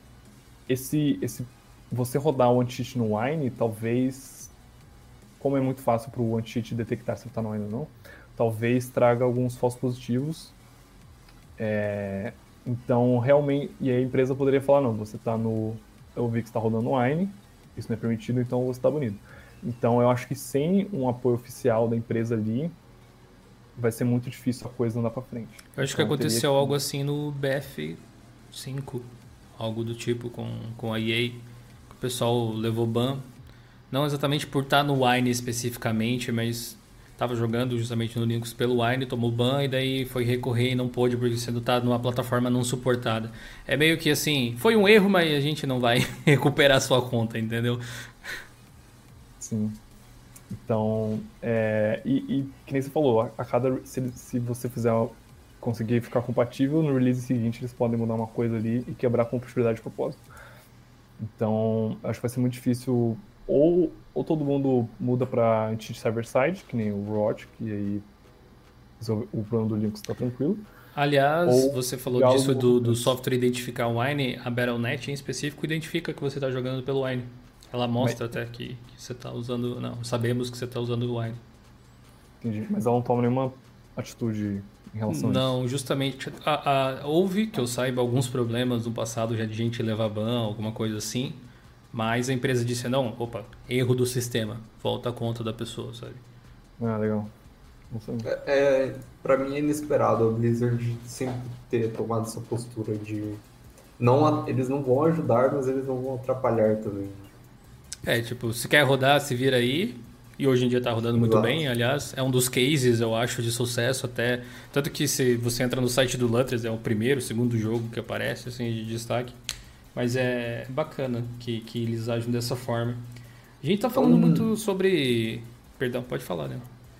esse, esse, você rodar o anti-cheat no Wine, talvez, como é muito fácil para o anti-cheat detectar se ele está no Wine ou não, talvez traga alguns falsos positivos. É, então, realmente, e a empresa poderia falar, não, você está no, eu vi que está rodando no Wine, isso não é permitido, então você está banido. Então, eu acho que sem um apoio oficial da empresa ali, vai ser muito difícil a coisa andar para frente. Eu acho então, que aconteceu que... algo assim no B F cinco, algo do tipo com, com a E A, que o pessoal levou ban, não exatamente por estar no Wine especificamente, mas estava jogando justamente no Linux pelo Wine, tomou ban e daí foi recorrer e não pôde porque você está numa plataforma não suportada. É meio que assim, foi um erro, mas a gente não vai recuperar a sua conta, entendeu? Sim. Então, é, e, e que nem você falou, a cada, se, se você fizer conseguir ficar compatível, no release seguinte eles podem mudar uma coisa ali e quebrar a compatibilidade de propósito. Então, acho que vai ser muito difícil, ou, ou todo mundo muda para anti server-side, que nem o Roach, que aí o problema do Linux está tranquilo. Aliás, você falou disso do, do software identificar o Wine, a Battle ponto net em específico identifica que você está jogando pelo Wine. Ela mostra mas, até que, que você está usando... Não, sabemos que você está usando o Wine. Entendi, mas ela não toma nenhuma atitude em relação a isso? Não, justamente... A, a, houve, que eu saiba, alguns problemas no passado já de gente levar ban, alguma coisa assim, mas a empresa disse, não, opa, erro do sistema, volta a conta da pessoa, sabe? Ah, legal. É, é, pra mim é inesperado a Blizzard sempre ter tomado essa postura de... Não, eles não vão ajudar, mas eles não vão atrapalhar também. É, tipo, se quer rodar, se vira aí. E hoje em dia tá rodando muito Exato. Bem, aliás. É um dos cases, eu acho, de sucesso até. Tanto que se você entra no site do Lutris, é o primeiro, o segundo jogo que aparece, assim, de destaque. Mas é bacana que, que eles agem dessa forma. A gente tá falando hum. muito sobre... Perdão, pode falar, né?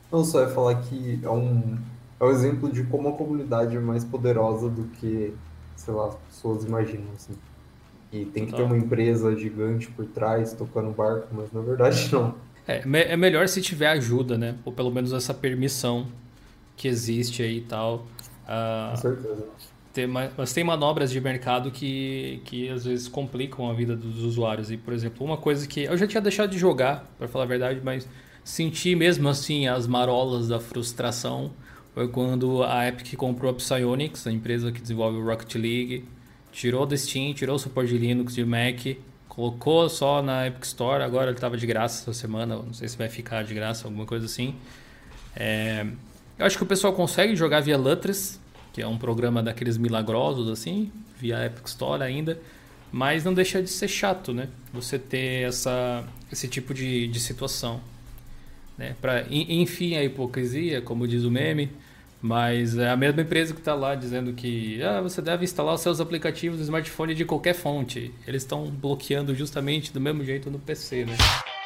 Não, só ia falar que é um, é um exemplo de como a comunidade é mais poderosa do que, sei lá, as pessoas imaginam, assim. E tem que ter Total. uma empresa gigante por trás tocando o barco, mas na verdade não. É, me- é melhor se tiver ajuda, né? Ou pelo menos essa permissão que existe aí e tal. Com Ah, certeza. tem, ma- mas tem manobras de mercado que, que às vezes complicam a vida dos usuários. E, por exemplo, uma coisa que eu já tinha deixado de jogar, para falar a verdade, mas senti mesmo assim as marolas da frustração foi quando a Epic comprou a Psyonix, a empresa que desenvolve o Rocket League, tirou da Steam, tirou o suporte de Linux de Mac, colocou só na Epic Store. Agora ele estava de graça essa semana, não sei se vai ficar de graça, alguma coisa assim. É, eu acho que o pessoal consegue jogar via Lutris, que é um programa daqueles milagrosos assim, via Epic Store ainda, mas não deixa de ser chato, né? Você ter essa, esse tipo de, de situação, né? Pra, en- enfim, a hipocrisia, como diz o meme, mas é a mesma empresa que está lá dizendo que ah, você deve instalar os seus aplicativos no smartphone de qualquer fonte. Eles estão bloqueando justamente do mesmo jeito no P C, né?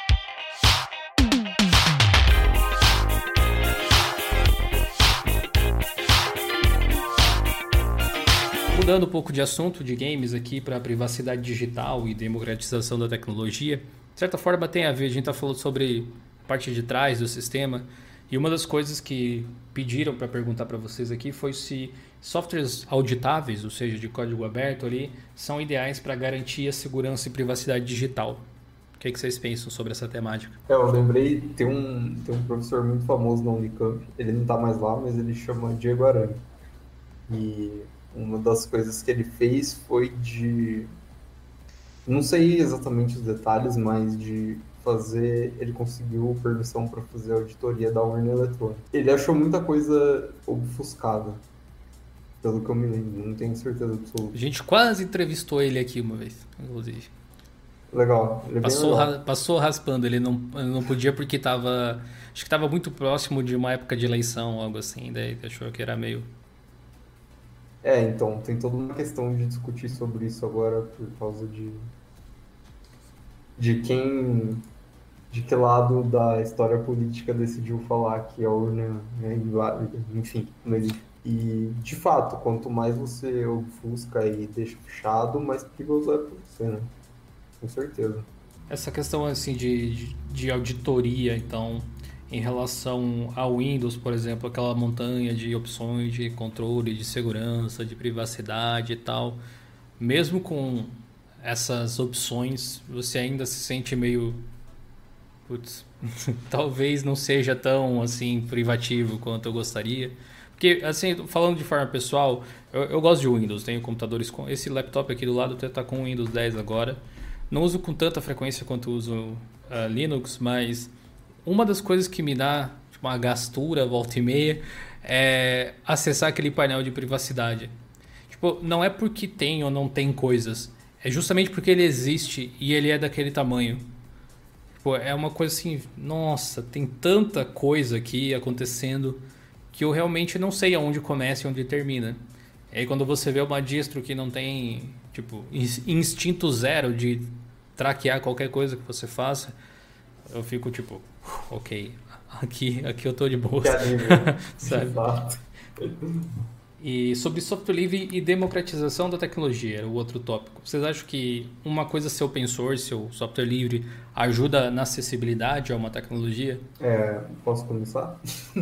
Mudando um pouco de assunto de games aqui para privacidade digital e democratização da tecnologia, de certa forma tem a ver, a gente está falando sobre a parte de trás do sistema, e uma das coisas que pediram para perguntar para vocês aqui foi se softwares auditáveis, ou seja, de código aberto ali, são ideais para garantir a segurança e privacidade digital. O que, é que vocês pensam sobre essa temática? É, eu lembrei, tem um, tem um professor muito famoso na Unicamp, ele não tá mais lá, mas ele chama Diego Arana. E uma das coisas que ele fez foi de, não sei exatamente os detalhes, mas de fazer, ele conseguiu permissão para fazer a auditoria da urna eletrônica. Ele achou muita coisa obfuscada, pelo que eu me lembro, não tenho certeza A absoluta. gente quase entrevistou ele aqui uma vez, inclusive. Legal, ele é bem Passou, legal. ra- passou raspando, ele não, ele não podia porque estava. Acho que estava muito próximo de uma época de eleição, algo assim, daí achou que era meio. É, então, tem toda uma questão de discutir sobre isso agora por causa de, de quem, de que lado da história política decidiu falar que a urna é inválida, enfim, não existe. E, de fato, quanto mais você ofusca e deixa fechado, mais perigoso é para você, né? Com certeza. Essa questão assim de, de, de auditoria, então, em relação ao Windows, por exemplo, aquela montanha de opções de controle, de segurança, de privacidade e tal, mesmo com essas opções, você ainda se sente meio, putz, talvez não seja tão assim privativo quanto eu gostaria. Porque, assim, falando de forma pessoal, eu, eu gosto de Windows, tenho computadores com. Esse laptop aqui do lado está com o Windows dez agora. Não uso com tanta frequência quanto uso uh, Linux, mas uma das coisas que me dá tipo, uma gastura volta e meia é acessar aquele painel de privacidade. Tipo, não é porque tem ou não tem coisas, é justamente porque ele existe e ele é daquele tamanho. Tipo, é uma coisa assim, nossa, tem tanta coisa aqui acontecendo que eu realmente não sei aonde começa e onde termina. E aí quando você vê uma distro que não tem, tipo, instinto zero de traquear qualquer coisa que você faça, eu fico tipo, ok, aqui, aqui eu tô de boa, Que alívio, né? De sabe? fato. E sobre software livre e democratização da tecnologia, era o outro tópico. Vocês acham que uma coisa ser open source ou software livre ajuda na acessibilidade a uma tecnologia? É, posso começar?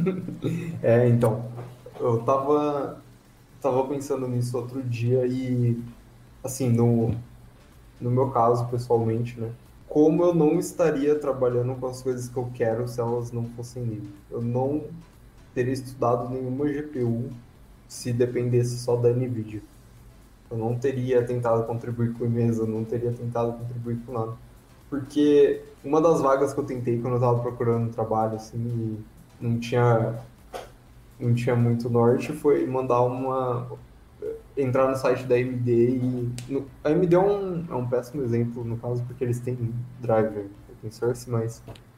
É, então, eu tava, tava pensando nisso outro dia e, assim, no, no meu caso, pessoalmente, né? Como eu não estaria trabalhando com as coisas que eu quero se elas não fossem livres? Eu não teria estudado nenhuma G P U se dependesse só da NVIDIA. Eu não teria tentado contribuir com o mesa, eu não teria tentado contribuir com nada. Porque uma das vagas que eu tentei quando eu estava procurando trabalho, assim, e não tinha, não tinha muito norte, foi mandar uma entrar no site da A M D e... No, a AMD é um, é um péssimo exemplo, no caso, porque eles têm driver open source, mas...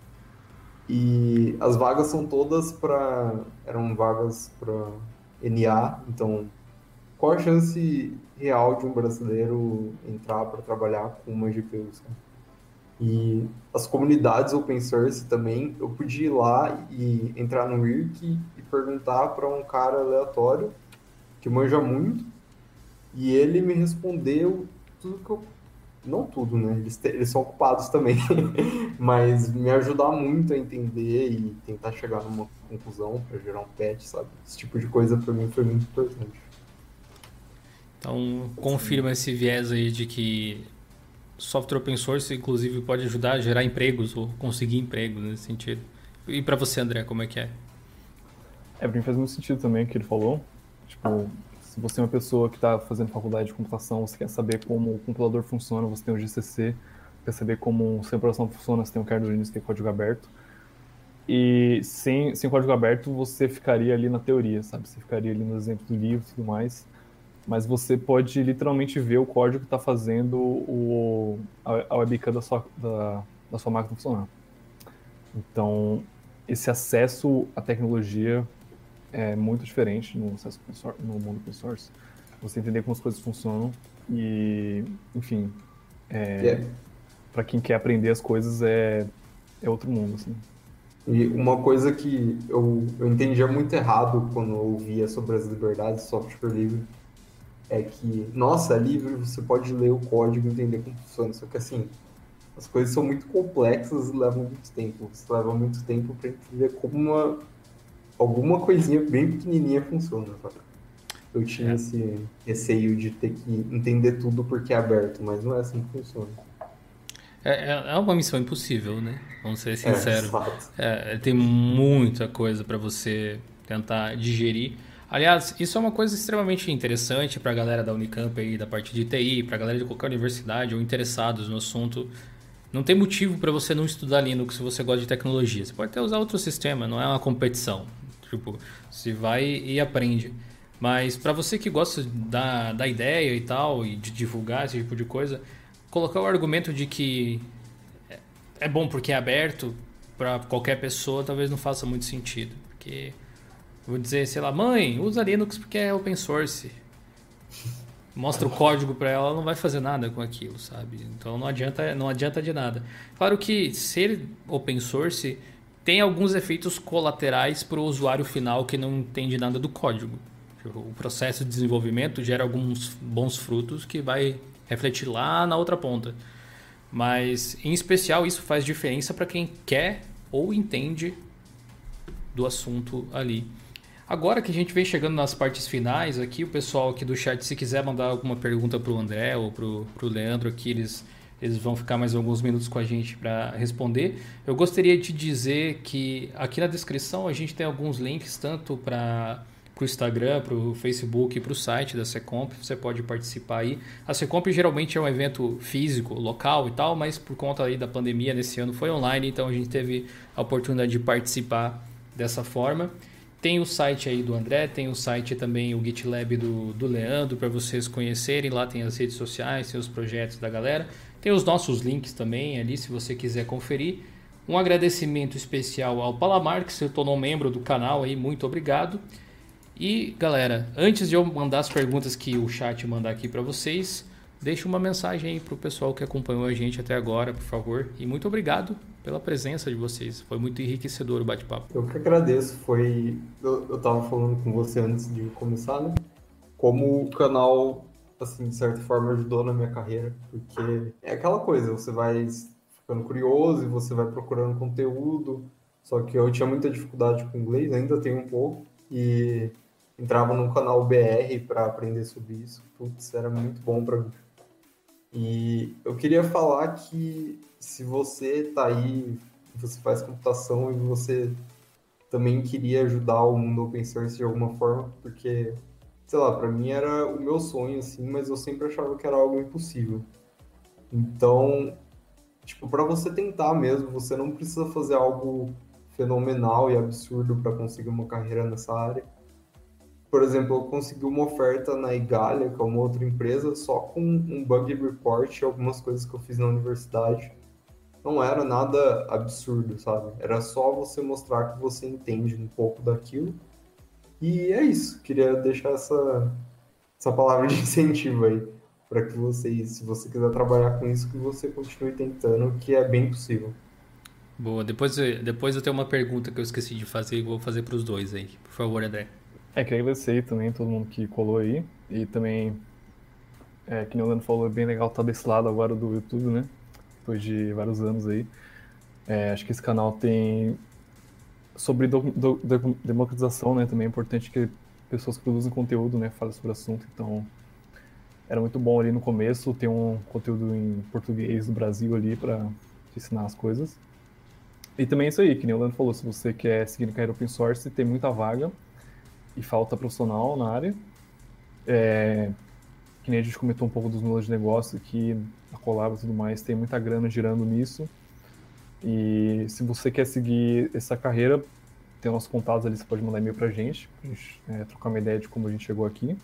E as vagas são todas para... Eram vagas para N A, então... Qual a chance real de um brasileiro entrar para trabalhar com uma G P U, sabe? E as comunidades open source também, eu podia ir lá e entrar no wiki e perguntar para um cara aleatório que manja muito, e ele me respondeu tudo que eu... Não tudo, né? Eles, te- eles são ocupados também, mas me ajudar muito a entender e tentar chegar numa conclusão para gerar um patch, sabe? Esse tipo de coisa para mim foi muito importante. Então, confirma esse viés aí de que software open source, inclusive, pode ajudar a gerar empregos ou conseguir empregos nesse sentido. E para você, André, como é que é? É, pra mim faz muito sentido também o que ele falou. Tipo, se você é uma pessoa que está fazendo faculdade de computação, você quer saber como o computador funciona, você tem o G C C, quer saber como o sistema de operação funciona, você tem o kernel Linux, que é código aberto. E sem, sem código aberto, você ficaria ali na teoria, sabe? Você ficaria ali no exemplo do livro e tudo mais. Mas você pode literalmente ver o código que está fazendo o, a, a webcam da sua, da, da sua máquina funcionar. Então, esse acesso à tecnologia é muito diferente no, acesso open source, no mundo open source. Você entender como as coisas funcionam e, enfim, é, É. para quem quer aprender as coisas é, é outro mundo, assim. E uma coisa que eu, eu entendia muito errado quando eu ouvia sobre as liberdades do software livre é que, nossa, é livre, você pode ler o código e entender como funciona. Só que assim, as coisas são muito complexas e levam muito tempo. Você leva muito tempo para entender como uma, alguma coisinha bem pequenininha funciona, sabe? Eu tinha É. esse receio de ter que entender tudo porque é aberto, mas não é assim que funciona. É, é é uma missão impossível, né? Vamos ser É, sinceros. fato. É, tem muita coisa para você tentar digerir. Aliás, isso é uma coisa extremamente interessante para a galera da Unicamp aí, da parte de T I, para a galera de qualquer universidade ou interessados no assunto. Não tem motivo para você não estudar Linux se você gosta de tecnologia. Você pode até usar outro sistema, não é uma competição. Tipo, você vai e aprende. Mas para você que gosta da, da ideia e tal, e de divulgar esse tipo de coisa, colocar o argumento de que é bom porque é aberto para qualquer pessoa talvez não faça muito sentido. Porque, vou dizer, sei lá, mãe, usa Linux porque é open source. Mostra o código para ela, ela não vai fazer nada com aquilo, sabe? Então não adianta, não adianta de nada. Claro que ser open source tem alguns efeitos colaterais para o usuário final que não entende nada do código. O processo de desenvolvimento gera alguns bons frutos que vai refletir lá na outra ponta. Mas, em especial, isso faz diferença para quem quer ou entende do assunto ali. Agora que a gente vem chegando nas partes finais aqui, o pessoal aqui do chat, se quiser mandar alguma pergunta para o André ou para o Leandro aqui, eles, eles vão ficar mais alguns minutos com a gente para responder. Eu gostaria de dizer que aqui na descrição a gente tem alguns links, tanto para o Instagram, para o Facebook e para o site da Secomp. Você pode participar aí. A Secomp geralmente é um evento físico, local e tal, mas por conta aí da pandemia nesse ano foi online, então a gente teve a oportunidade de participar dessa forma. Tem o site aí do André, tem o site também, o GitLab do, do Leandro, para vocês conhecerem. Lá tem as redes sociais, tem os projetos da galera. Tem os nossos links também ali, se você quiser conferir. Um agradecimento especial ao Palamar, que se tornou membro do canal aí, muito obrigado. E, galera, antes de eu mandar as perguntas que o chat mandar aqui para vocês, deixe uma mensagem aí para o pessoal que acompanhou a gente até agora, por favor. E muito obrigado pela presença de vocês. Foi muito enriquecedor o bate-papo. Eu que agradeço. Foi. Eu, eu tava falando com você antes de começar, né? Como o canal, assim, de certa forma, ajudou na minha carreira. Porque é aquela coisa, você vai ficando curioso e você vai procurando conteúdo. Só que eu tinha muita dificuldade com inglês, ainda tenho um pouco. E entrava num canal B R para aprender sobre isso. Putz, era muito bom para mim. E eu queria falar que se você tá aí, você faz computação e você também queria ajudar o mundo open source de alguma forma, porque, sei lá, para mim era o meu sonho, assim, mas eu sempre achava que era algo impossível. Então, tipo, para você tentar mesmo, você não precisa fazer algo fenomenal e absurdo para conseguir uma carreira nessa área. Por exemplo, eu consegui uma oferta na Igalia, que é uma outra empresa, só com um bug report e algumas coisas que eu fiz na universidade. Não era nada absurdo, sabe? Era só você mostrar que você entende um pouco daquilo. E é isso. Queria deixar essa, essa palavra de incentivo aí. para que você, se você quiser trabalhar com isso, que você continue tentando, que é bem possível. Boa, depois, depois eu tenho uma pergunta que eu esqueci de fazer e vou fazer para os dois aí. Por favor, André. É, queria agradecer também todo mundo que colou aí. E também, é, que nem o Leandro falou, é bem legal estar desse lado agora do YouTube, né? Depois de vários anos aí. É, acho que esse canal tem... Sobre do, do, do, democratização, né? Também é importante que pessoas que produzem conteúdo, né? Falem sobre o assunto. Então, era muito bom ali no começo ter um conteúdo em português do Brasil ali para ensinar as coisas. E também é isso aí, que nem o Leandro falou, se você quer seguir na carreira open source, tem muita vaga e falta profissional na área. É, que nem a gente comentou um pouco dos modelos de negócio aqui, a Collab e tudo mais, tem muita grana girando nisso. E se você quer seguir essa carreira, tem nossos contatos ali, você pode mandar e-mail pra gente, pra gente é, trocar uma ideia de como a gente chegou aqui.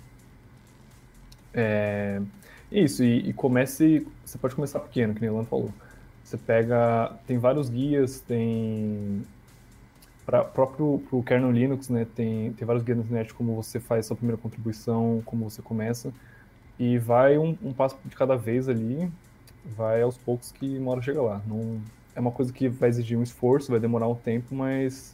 É, isso, e, e comece, você pode começar pequeno, que nem o Leandro falou. Você pega, tem vários guias, tem para próprio pro kernel Linux, né, tem, tem vários guias na internet como você faz sua primeira contribuição, como você começa, e vai um, um passo de cada vez ali, vai aos poucos que uma hora chega lá. Não, é uma coisa que vai exigir um esforço, vai demorar um tempo, mas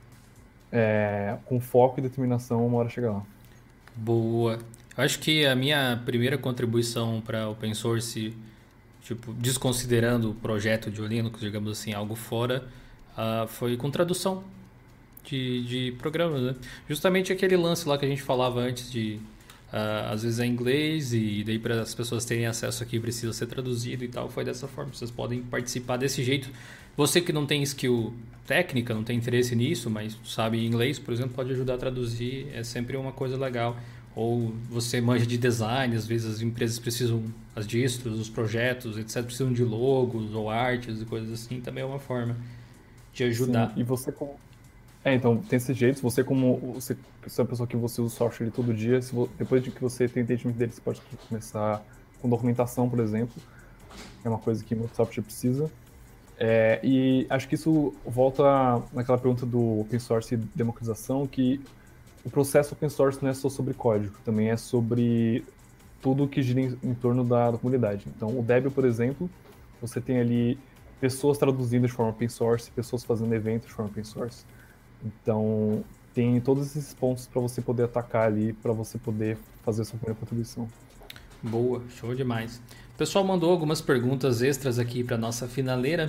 é, com foco e determinação uma hora chega lá. Boa. Eu acho que a minha primeira contribuição para open source, tipo, desconsiderando o projeto de Linux, digamos assim, algo fora, uh, foi com tradução de, de programas, né? Justamente aquele lance lá que a gente falava antes de, uh, às vezes é em inglês e daí para as pessoas terem acesso aqui precisa ser traduzido e tal, foi dessa forma. Vocês podem participar desse jeito. Você que não tem skill técnica, não tem interesse nisso, mas sabe inglês, por exemplo, pode ajudar a traduzir, é sempre uma coisa legal. Ou você manja de design, às vezes as empresas precisam, as distros, os projetos, etcétera, precisam de logos ou artes e coisas assim, também é uma forma de ajudar. Sim, e você como... É, então, tem esses jeitos, você como você, você é uma pessoa que você usa o software ali todo dia, se você, depois de que você tem entendimento dele, você pode começar com documentação, por exemplo, que é uma coisa que muito software precisa. É, e acho que isso volta naquela pergunta do open source e democratização, que o processo open source não é só sobre código, também é sobre tudo que gira em, em torno da, da comunidade. Então, o Debian, por exemplo, você tem ali pessoas traduzindo de forma open source, pessoas fazendo eventos de forma open source. Então, tem todos esses pontos para você poder atacar ali, para você poder fazer a sua primeira contribuição. Boa, show demais. O pessoal mandou algumas perguntas extras aqui para nossa finaleira.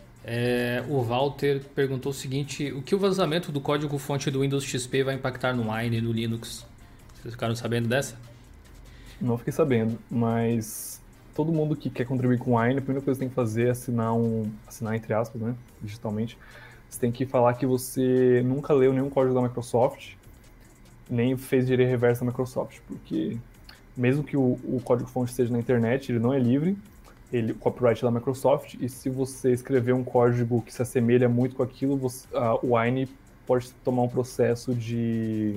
É, o Walter perguntou o seguinte: o que o vazamento do código-fonte do Windows X P vai impactar no Wine e no Linux? Vocês ficaram sabendo dessa? Não fiquei sabendo, mas todo mundo que quer contribuir com o Wine, a primeira coisa que tem que fazer é assinar um, assinar entre aspas, né, digitalmente. Você tem que falar que você nunca leu nenhum código da Microsoft, nem fez engenharia reversa da Microsoft, porque mesmo que o, o código-fonte esteja na internet, ele não é livre. Ele, o copyright é da Microsoft, e se você escrever um código que se assemelha muito com aquilo, você, uh, o Wine pode tomar um processo de,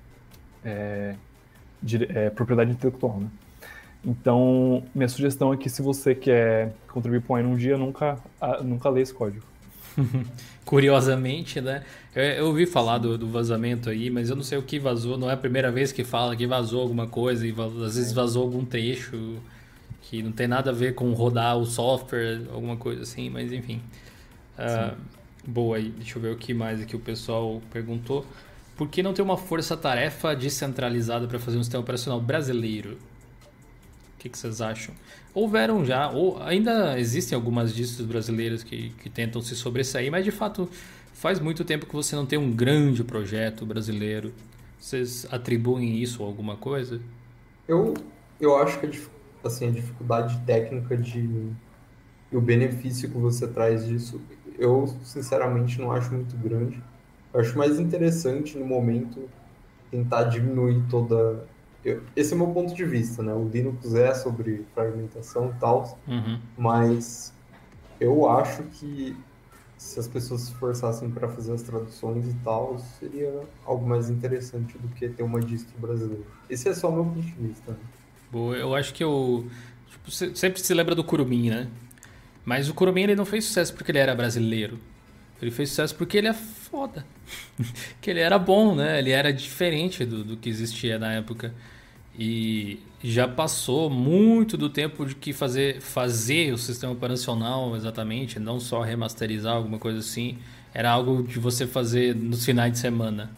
é, de é, propriedade intelectual, né? Então, minha sugestão é que se você quer contribuir para o Wine um dia, nunca, uh, nunca lê esse código. Curiosamente, né? Eu, eu ouvi falar do, do vazamento aí, mas eu não sei o que vazou. Não é a primeira vez que fala que vazou alguma coisa, e às vezes vazou algum trecho que não tem nada a ver com rodar o software, alguma coisa assim, mas enfim. Uh, boa aí, deixa eu ver o que mais aqui o pessoal perguntou. Por que não ter uma força-tarefa descentralizada para fazer um sistema operacional brasileiro? O que, que vocês acham? Houveram já, ou ainda existem algumas distros brasileiras que, que tentam se sobressair, mas de fato faz muito tempo que você não tem um grande projeto brasileiro. Vocês atribuem isso a alguma coisa? Eu, eu acho que a dificuldade assim, a dificuldade técnica de e o benefício que você traz disso, eu sinceramente não acho muito grande. Eu acho mais interessante no momento tentar diminuir toda... Eu, esse é o meu ponto de vista, né? O Linux é sobre fragmentação e tal, Uhum. mas eu acho que se as pessoas se esforçassem para fazer as traduções e tal, seria algo mais interessante do que ter uma distro brasileira. Esse é só o meu ponto de vista, né? Boa, eu acho que eu... Tipo, sempre se lembra do Kurumin, né? Mas o Kurumin ele não fez sucesso porque ele era brasileiro. Ele fez sucesso porque ele é foda. Que ele era bom, né? Ele era diferente do, do que existia na época. E já passou muito do tempo de que fazer, fazer o sistema operacional exatamente, não só remasterizar alguma coisa assim, era algo de você fazer nos finais de semana.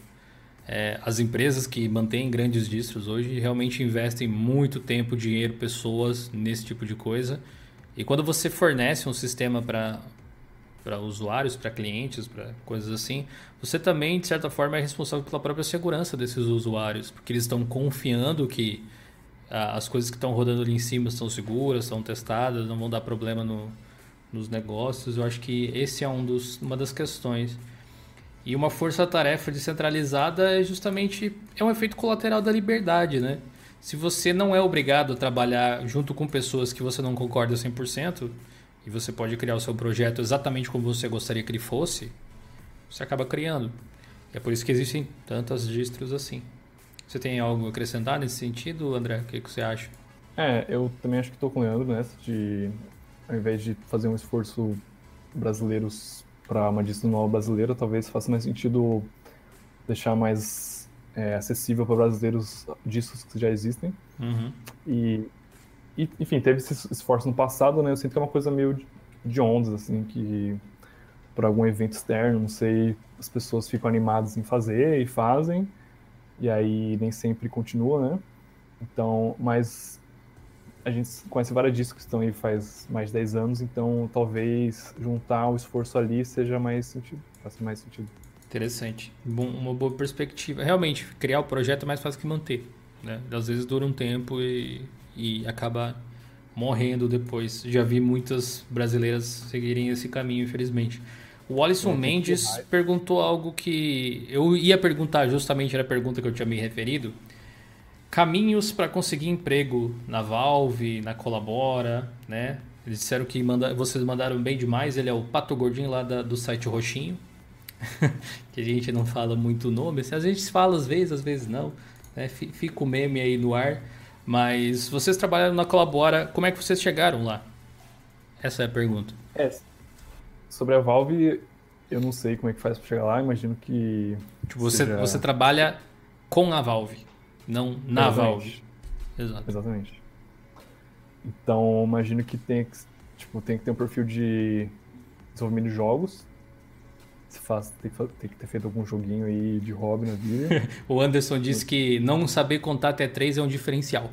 É, as empresas que mantêm grandes distros hoje realmente investem muito tempo, dinheiro, pessoas nesse tipo de coisa. E quando você fornece um sistema para para usuários, para clientes, para coisas assim, você também, de certa forma, é responsável pela própria segurança desses usuários, porque eles estão confiando que ah, as coisas que estão rodando ali em cima estão seguras, estão testadas, não vão dar problema no, nos negócios. Eu acho que esse é um dos, uma das questões. E uma força-tarefa descentralizada é justamente é um efeito colateral da liberdade, né? Se você não é obrigado a trabalhar junto com pessoas que você não concorda cem por cento, e você pode criar o seu projeto exatamente como você gostaria que ele fosse, você acaba criando. E é por isso que existem tantas distros assim. Você tem algo a acrescentar nesse sentido, André? O que, que você acha? É, eu também acho que estou com o Leandro nessa, de ao invés de fazer um esforço brasileiros para uma distro nova brasileira, talvez faça mais sentido deixar mais é, acessível para brasileiros distros que já existem. Uhum. E, e, enfim, teve esse esforço no passado, né? Eu sinto que é uma coisa meio de, de ondas, assim, que por algum evento externo, não sei, as pessoas ficam animadas em fazer e fazem, e aí nem sempre continua, né? Então, mas a gente conhece várias distros que estão aí faz mais de dez anos, então talvez juntar o esforço ali seja mais sentido, faça mais sentido. Interessante. Bom, uma boa perspectiva. Realmente, criar o projeto é mais fácil que manter, né? Às vezes dura um tempo e, e acaba morrendo depois. Já vi muitas brasileiras seguirem esse caminho, infelizmente. O Alisson Mendes perguntou algo que eu ia perguntar, justamente era a pergunta que eu tinha me referido. Caminhos para conseguir emprego na Valve, na Colabora, né? Eles disseram que manda, vocês mandaram bem demais. Ele é o Pato Gordinho lá da, do site Roxinho. Que a gente não fala muito o nome. Às vezes fala, às vezes, às vezes não. Né? Fica o meme aí no ar. Mas vocês trabalharam na Colabora. Como é que vocês chegaram lá? Essa é a pergunta. É, sobre a Valve, eu não sei como é que faz para chegar lá. Imagino que... Tipo, você, seja... você trabalha com a Valve. Não na Exatamente. Valve. Exato. Exatamente. Então, imagino que tem que, tipo, tem que ter um perfil de desenvolvimento de jogos. Se faz, tem, que, tem que ter feito algum joguinho aí de hobby na vida. O Anderson disse que não saber contar até três é um diferencial.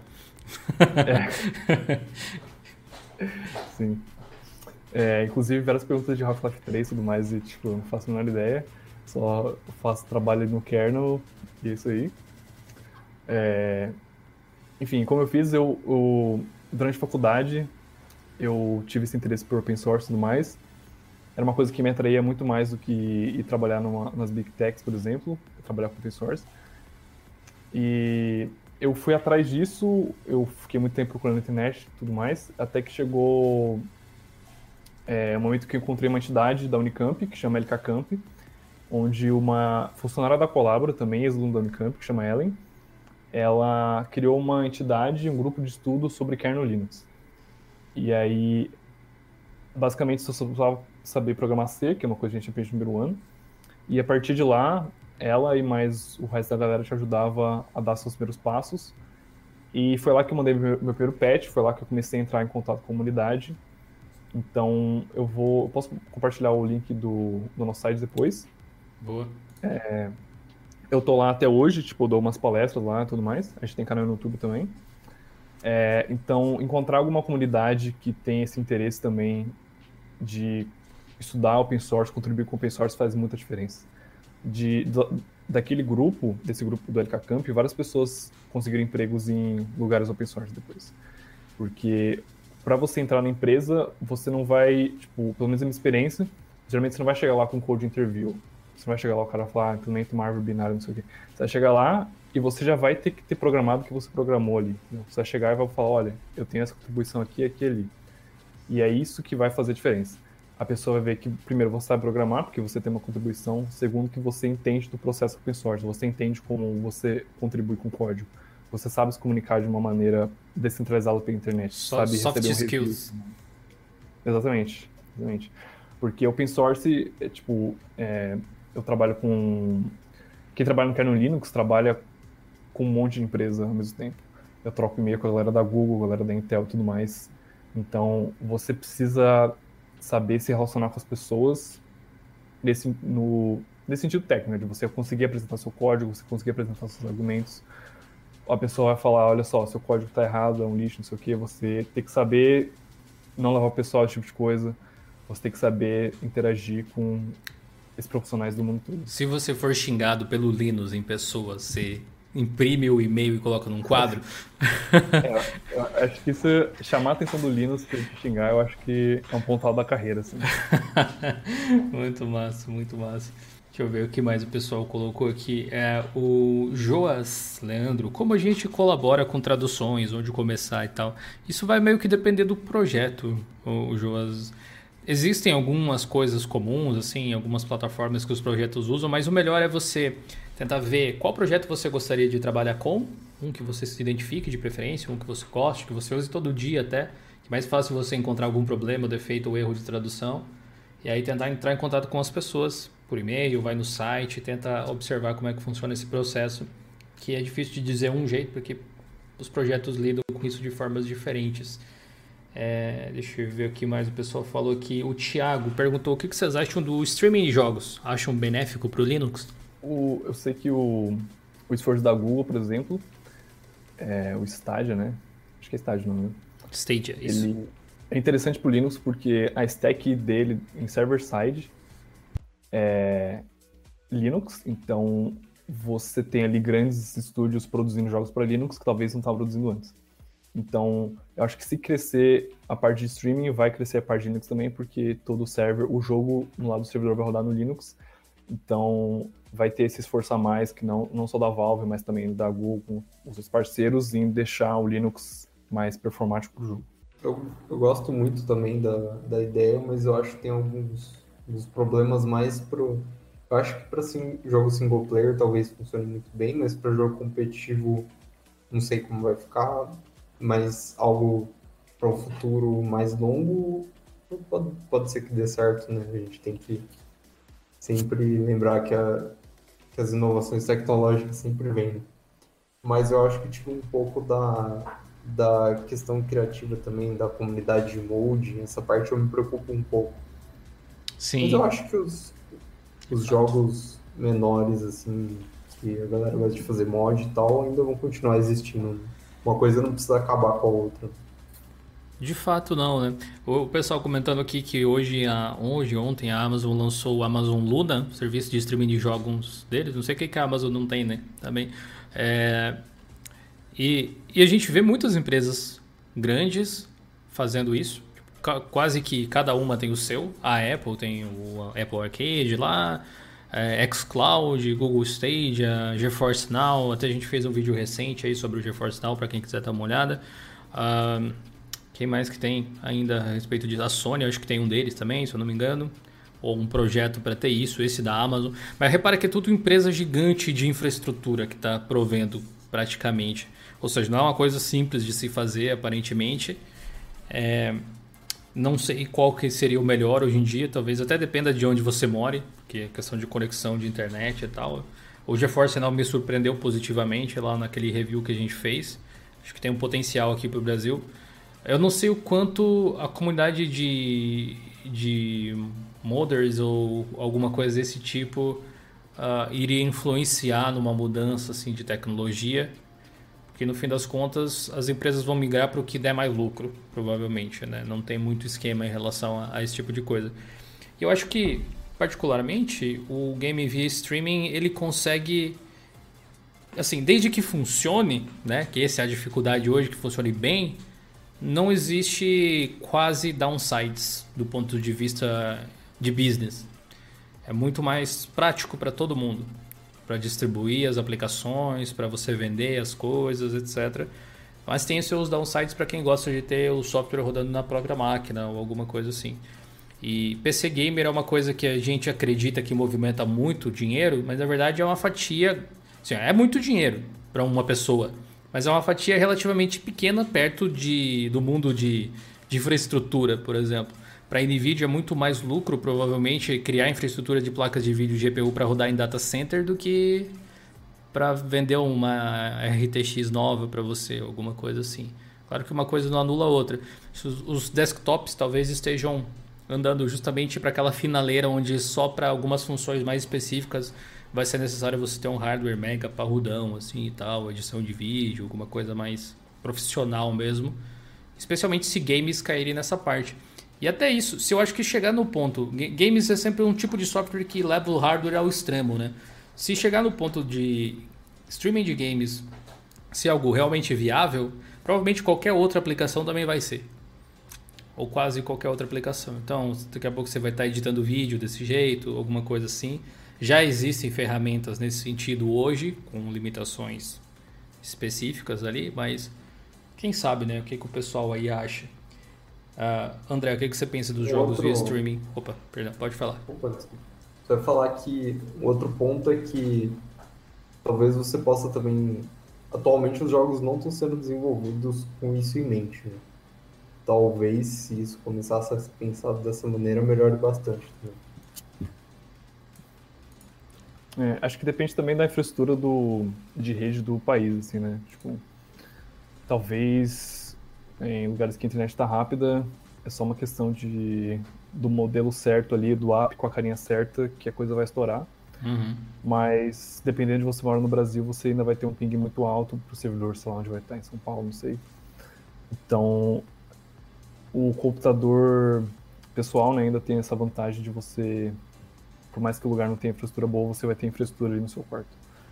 É. Sim. É, inclusive, várias perguntas de Half-Life três e tudo mais, e tipo, eu não faço a menor ideia. Só faço trabalho no kernel e é isso aí. É, enfim, como eu fiz, eu, eu durante a faculdade eu tive esse interesse por open source e tudo mais. Era uma coisa que me atraía muito mais do que ir trabalhar numa, nas big techs, por exemplo, trabalhar com open source. E eu fui atrás disso, eu fiquei muito tempo procurando na internet e tudo mais, até que chegou é, o momento que eu encontrei uma entidade da Unicamp, que chama L K Camp, onde uma funcionária da Colabora, também ex-aluna da Unicamp, que chama Ellen, ela criou uma entidade, um grupo de estudo sobre kernel Linux. E aí, basicamente, só precisava saber programar C, que é uma coisa que a gente aprende no primeiro ano. E a partir de lá, ela e mais o resto da galera te ajudava a dar seus primeiros passos. E foi lá que eu mandei meu, meu primeiro patch, foi lá que eu comecei a entrar em contato com a comunidade. Então, eu vou... Eu posso compartilhar o link do, do nosso site depois. Boa. É... Eu tô lá até hoje, tipo, eu dou umas palestras lá e tudo mais. A gente tem canal no YouTube também. É, então, encontrar alguma comunidade que tem esse interesse também de estudar open source, contribuir com open source faz muita diferença. De, do, daquele grupo, desse grupo do L K Camp, várias pessoas conseguiram empregos em lugares open source depois. Porque para você entrar na empresa, você não vai, tipo, pelo menos a minha experiência, geralmente você não vai chegar lá com code interview. Você vai chegar lá, o cara vai falar, ah, implementa uma árvore binária, não sei o quê. Você vai chegar lá e você já vai ter que ter programado o que você programou ali. Você vai chegar e vai falar, olha, eu tenho essa contribuição aqui e aqui e ali. E é isso que vai fazer diferença. A pessoa vai ver que, primeiro, você sabe programar, porque você tem uma contribuição. Segundo, que você entende do processo open source. Você entende como você contribui com o código. Você sabe se comunicar de uma maneira descentralizada pela internet. So, sabe soft receber um skills. review. Exatamente. Exatamente. Porque open source, é, tipo... É, eu trabalho com... Quem trabalha no kernel Linux trabalha com um monte de empresa ao mesmo tempo. eu troco e-mail com a galera da Google, a galera da Intel e tudo mais. Então, você precisa saber se relacionar com as pessoas nesse, no, nesse sentido técnico, de você conseguir apresentar seu código, você conseguir apresentar seus argumentos. A pessoa vai falar, olha só, seu código está errado, é um lixo, não sei o quê. Você tem que saber não levar o pessoal a esse tipo de coisa. Você tem que saber interagir com esses profissionais do mundo todo. Se você for xingado pelo Linus em pessoa, você imprime o e-mail e coloca num quadro? É, eu acho que isso, chamar a atenção do Linus pra ele xingar, eu acho que é um ponto alto da carreira, assim. Muito massa, muito massa. Deixa eu ver o que mais o pessoal colocou aqui. É, o Joas Leandro, como a gente colabora com traduções, onde começar e tal. Isso vai meio que depender do projeto, o Joas. Existem algumas coisas comuns, assim, algumas plataformas que os projetos usam, mas o melhor é você tentar ver qual projeto você gostaria de trabalhar com, um que você se identifique de preferência, um que você goste, que você use todo dia até, que é mais fácil você encontrar algum problema, defeito ou erro de tradução, e aí tentar entrar em contato com as pessoas por e-mail, vai no site, tenta observar como é que funciona esse processo, que é difícil de dizer um jeito, porque os projetos lidam com isso de formas diferentes. É, deixa eu ver o que mais o pessoal falou aqui. O Thiago perguntou o que vocês acham do streaming de jogos. Acham benéfico para o Linux? O, eu sei que o, o esforço da Google, por exemplo, é, o Stadia, né? Acho que é Stadia o nome. Stadia, isso. Ele é interessante para o Linux porque a stack dele em server-side é Linux, então você tem ali grandes estúdios produzindo jogos para Linux que talvez não estavam produzindo antes. Então, eu acho que se crescer a parte de streaming, vai crescer a parte de Linux também, porque todo server, o jogo no lado do servidor vai rodar no Linux. Então, vai ter esse esforço a mais, que não, não só da Valve, mas também da Google, com os seus parceiros, em deixar o Linux mais performático para o jogo. Eu, eu gosto muito também da, da ideia, mas eu acho que tem alguns, alguns problemas mais pro... Eu acho que para sim, jogo single player talvez funcione muito bem, mas para jogo competitivo não sei como vai ficar. Mas algo para um futuro mais longo pode, pode ser que dê certo, né? A gente tem que sempre lembrar que, a, que as inovações tecnológicas sempre vêm. Mas eu acho que tipo, um pouco da, da questão criativa também, da comunidade de modding, essa parte eu me preocupo um pouco. Sim. Mas eu acho que os, os jogos menores, assim, que a galera gosta de fazer mod e tal, ainda vão continuar existindo, né? Uma coisa não precisa acabar com a outra. De fato não, né? O pessoal comentando aqui que hoje, a, hoje ontem, a Amazon lançou o Amazon Luna, serviço de streaming de jogos deles. Não sei o que, que a Amazon não tem, né? Também. É, e, e a gente vê muitas empresas grandes fazendo isso. Quase que cada uma tem o seu. A Apple tem o Apple Arcade lá, é, xCloud, Google Stadia, GeForce Now. Até a gente fez um vídeo recente aí sobre o GeForce Now, para quem quiser dar uma olhada. Uh, quem mais que tem ainda a respeito disso? A Sony, acho que tem um deles também, se eu não me engano. Ou um projeto para ter isso, esse da Amazon. Mas repara que é tudo empresa gigante de infraestrutura que está provendo praticamente. Ou seja, não é uma coisa simples de se fazer, aparentemente. É... Não sei qual que seria o melhor hoje em dia, talvez até dependa de onde você more, porque é questão de conexão de internet e tal. O GeForce Now me surpreendeu positivamente lá naquele review que a gente fez. Acho que tem um potencial aqui para o Brasil. Eu não sei o quanto a comunidade de, de modders ou alguma coisa desse tipo uh, iria influenciar numa mudança assim, de tecnologia. Porque no fim das contas as empresas vão migrar para o que der mais lucro, provavelmente, né? Não tem muito esquema em relação a, a esse tipo de coisa. E eu acho que, particularmente, o Game via Streaming, ele consegue, assim, desde que funcione, né? Que essa é a dificuldade hoje, que funcione bem, não existe quase downsides do ponto de vista de business. É muito mais prático para todo mundo. Para distribuir as aplicações, para você vender as coisas, etcétera. Mas tem os seus downsides para quem gosta de ter o software rodando na própria máquina ou alguma coisa assim. E P C Gamer é uma coisa que a gente acredita que movimenta muito dinheiro, mas na verdade é uma fatia... Assim, é muito dinheiro para uma pessoa, mas é uma fatia relativamente pequena perto de, do mundo de, de infraestrutura, por exemplo. Para a NVIDIA é muito mais lucro, provavelmente, criar infraestrutura de placas de vídeo G P U para rodar em data center do que para vender uma R T X nova para você, alguma coisa assim. Claro que uma coisa não anula a outra. Os desktops talvez estejam andando justamente para aquela finaleira onde só para algumas funções mais específicas vai ser necessário você ter um hardware mega parrudão assim e tal, edição de vídeo, alguma coisa mais profissional mesmo, especialmente se games caírem nessa parte. E até isso, se eu acho que chegar no ponto, games é sempre um tipo de software que leva o hardware ao extremo, né? Se chegar no ponto de streaming de games ser algo realmente viável, provavelmente qualquer outra aplicação também vai ser. Ou quase qualquer outra aplicação. Então, daqui a pouco você vai estar editando vídeo desse jeito, alguma coisa assim. Já existem ferramentas nesse sentido hoje, com limitações específicas ali, mas quem sabe, né? O que, que o pessoal aí acha? Uh, André, o que, que você pensa dos jogos outro... via streaming? Opa, perdão, pode falar. Opa, desculpa. Você vai falar que o outro ponto é que talvez você possa também... Atualmente os jogos não estão sendo desenvolvidos com isso em mente, né? Talvez se isso começasse a ser pensado dessa maneira, melhore bastante também. É, acho que depende também da infraestrutura do, de rede do país, assim, né? Tipo, talvez em lugares que a internet está rápida, é só uma questão de, do modelo certo ali, do app com a carinha certa, que a coisa vai estourar. Uhum. Mas, dependendo de você morar no Brasil, você ainda vai ter um ping muito alto pro servidor, sei lá onde vai estar, em São Paulo, não sei. Então, o computador pessoal, né, ainda tem essa vantagem de você... Por mais que o lugar não tenha infraestrutura boa, você vai ter infraestrutura ali no seu quarto.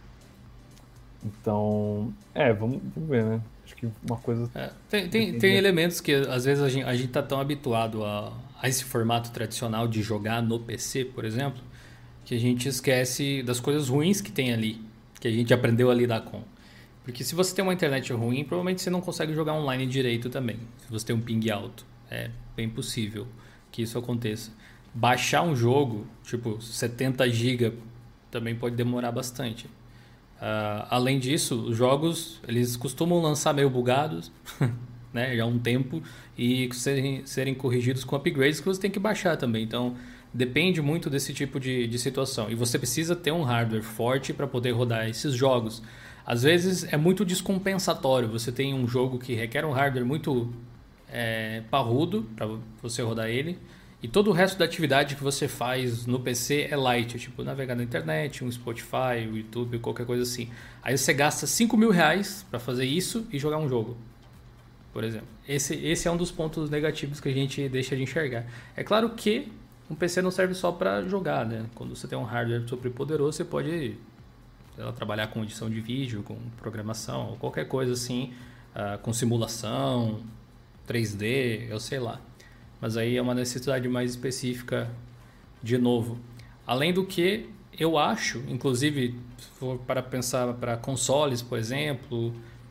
Então, é, vamos, vamos ver, né? Acho que uma coisa... É, tem, tem, tem elementos que, às vezes, a gente, a gente tá tão habituado a, a esse formato tradicional de jogar no P C, por exemplo, que a gente esquece das coisas ruins que tem ali, que a gente aprendeu a lidar com. Porque se você tem uma internet ruim, provavelmente você não consegue jogar online direito também, se você tem um ping alto. É bem possível que isso aconteça. Baixar um jogo, tipo setenta gigabytes, também pode demorar bastante. Uh, além disso, os jogos eles costumam lançar meio bugados, né, já há um tempo, e serem, serem corrigidos com upgrades que você tem que baixar também. Então, depende muito desse tipo de, de situação. E você precisa ter um hardware forte para poder rodar esses jogos. Às vezes é muito descompensatório. Você tem um jogo que requer um hardware muito é, parrudo para você rodar ele, e todo o resto da atividade que você faz no P C é light, tipo navegar na internet, um Spotify, um YouTube, qualquer coisa assim. Aí você gasta cinco mil reais para fazer isso e jogar um jogo, por exemplo. Esse, esse é um dos pontos negativos que a gente deixa de enxergar. É claro que um P C não serve só para jogar, né? Quando você tem um hardware super poderoso, você pode, sei lá, trabalhar com edição de vídeo, com programação, ou qualquer coisa assim, uh, com simulação, três D, eu sei lá. Mas aí é uma necessidade mais específica de novo. Além do que, eu acho, inclusive, se for para pensar para consoles, por exemplo,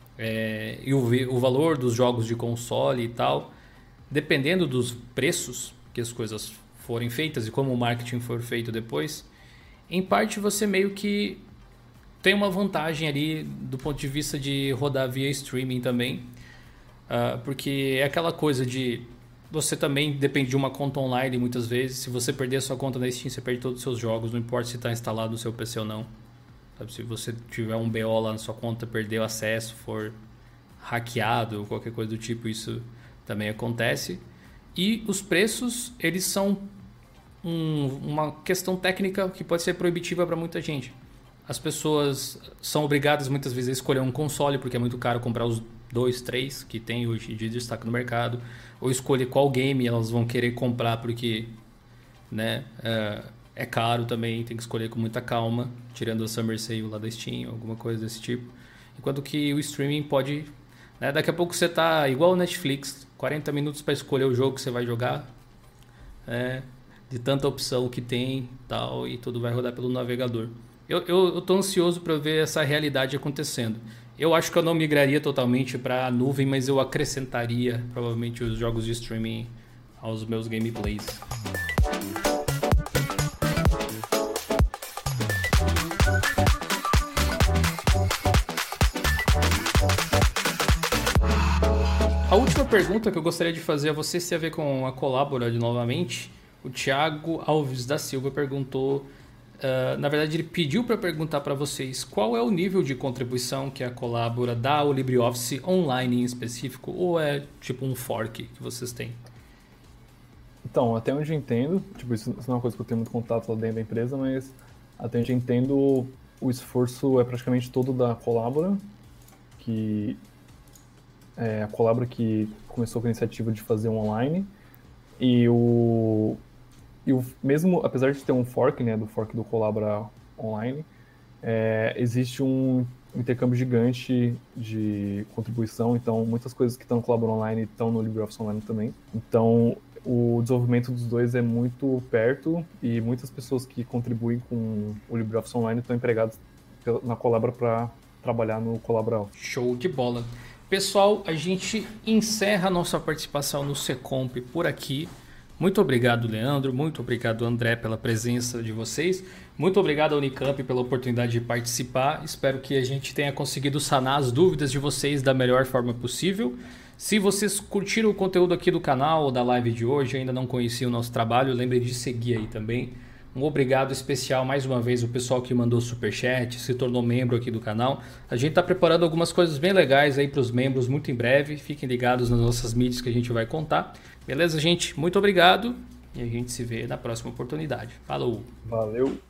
é, e o, o valor dos jogos de console e tal, dependendo dos preços que as coisas forem feitas e como o marketing for feito depois, em parte você meio que tem uma vantagem ali do ponto de vista de rodar via streaming também, uh, porque é aquela coisa de você também depende de uma conta online muitas vezes. Se você perder a sua conta na Steam, você perde todos os seus jogos, não importa se está instalado no seu P C ou não. Sabe? Se você tiver um B O lá na sua conta, perder o acesso, for hackeado ou qualquer coisa do tipo, isso também acontece. E os preços, eles são um, uma questão técnica que pode ser proibitiva para muita gente. As pessoas são obrigadas muitas vezes a escolher um console, porque é muito caro comprar os dois, três que tem hoje de destaque no mercado, ou escolher qual game elas vão querer comprar, porque, né, é, é caro também, tem que escolher com muita calma, tirando a Summer Sale lá da Steam, alguma coisa desse tipo. Enquanto que o streaming pode, né, daqui a pouco você tá igual o Netflix, quarenta minutos para escolher o jogo que você vai jogar, é, de tanta opção que tem, tal, e tudo vai rodar pelo navegador. Eu, eu, eu tô ansioso para ver essa realidade acontecendo. Eu acho que eu não migraria totalmente para a nuvem, mas eu acrescentaria provavelmente os jogos de streaming aos meus gameplays. A última pergunta que eu gostaria de fazer a você tem a ver com a Colabora de novamente. O Thiago Alves da Silva perguntou Uh, na verdade, ele pediu para perguntar para vocês qual é o nível de contribuição que a Collabora dá ao LibreOffice Online em específico, ou é tipo um fork que vocês têm? Então, até onde eu entendo, tipo, isso não é uma coisa que eu tenho muito contato lá dentro da empresa, mas até onde eu entendo, o esforço é praticamente todo da Collabora, que é a Collabora que começou com a iniciativa de fazer um online, e o, e o mesmo, apesar de ter um fork, né, do fork do Collabora Online, é, existe um intercâmbio gigante de contribuição, então muitas coisas que estão no Collabora Online estão no LibreOffice Online também. Então, o desenvolvimento dos dois é muito perto e muitas pessoas que contribuem com o LibreOffice Online estão empregadas na Collabora para trabalhar no Collabora. Show de bola. Pessoal, a gente encerra a nossa participação no Secomp por aqui. Muito obrigado, Leandro. Muito obrigado, André, pela presença de vocês. Muito obrigado à Unicamp pela oportunidade de participar. Espero que a gente tenha conseguido sanar as dúvidas de vocês da melhor forma possível. Se vocês curtiram o conteúdo aqui do canal ou da live de hoje e ainda não conheciam o nosso trabalho, lembre de seguir aí também. Um obrigado especial mais uma vez ao pessoal que mandou superchat, se tornou membro aqui do canal. A gente está preparando algumas coisas bem legais aí para os membros muito em breve. Fiquem ligados nas nossas mídias que a gente vai contar. Beleza, gente? Muito obrigado e a gente se vê na próxima oportunidade. Falou! Valeu!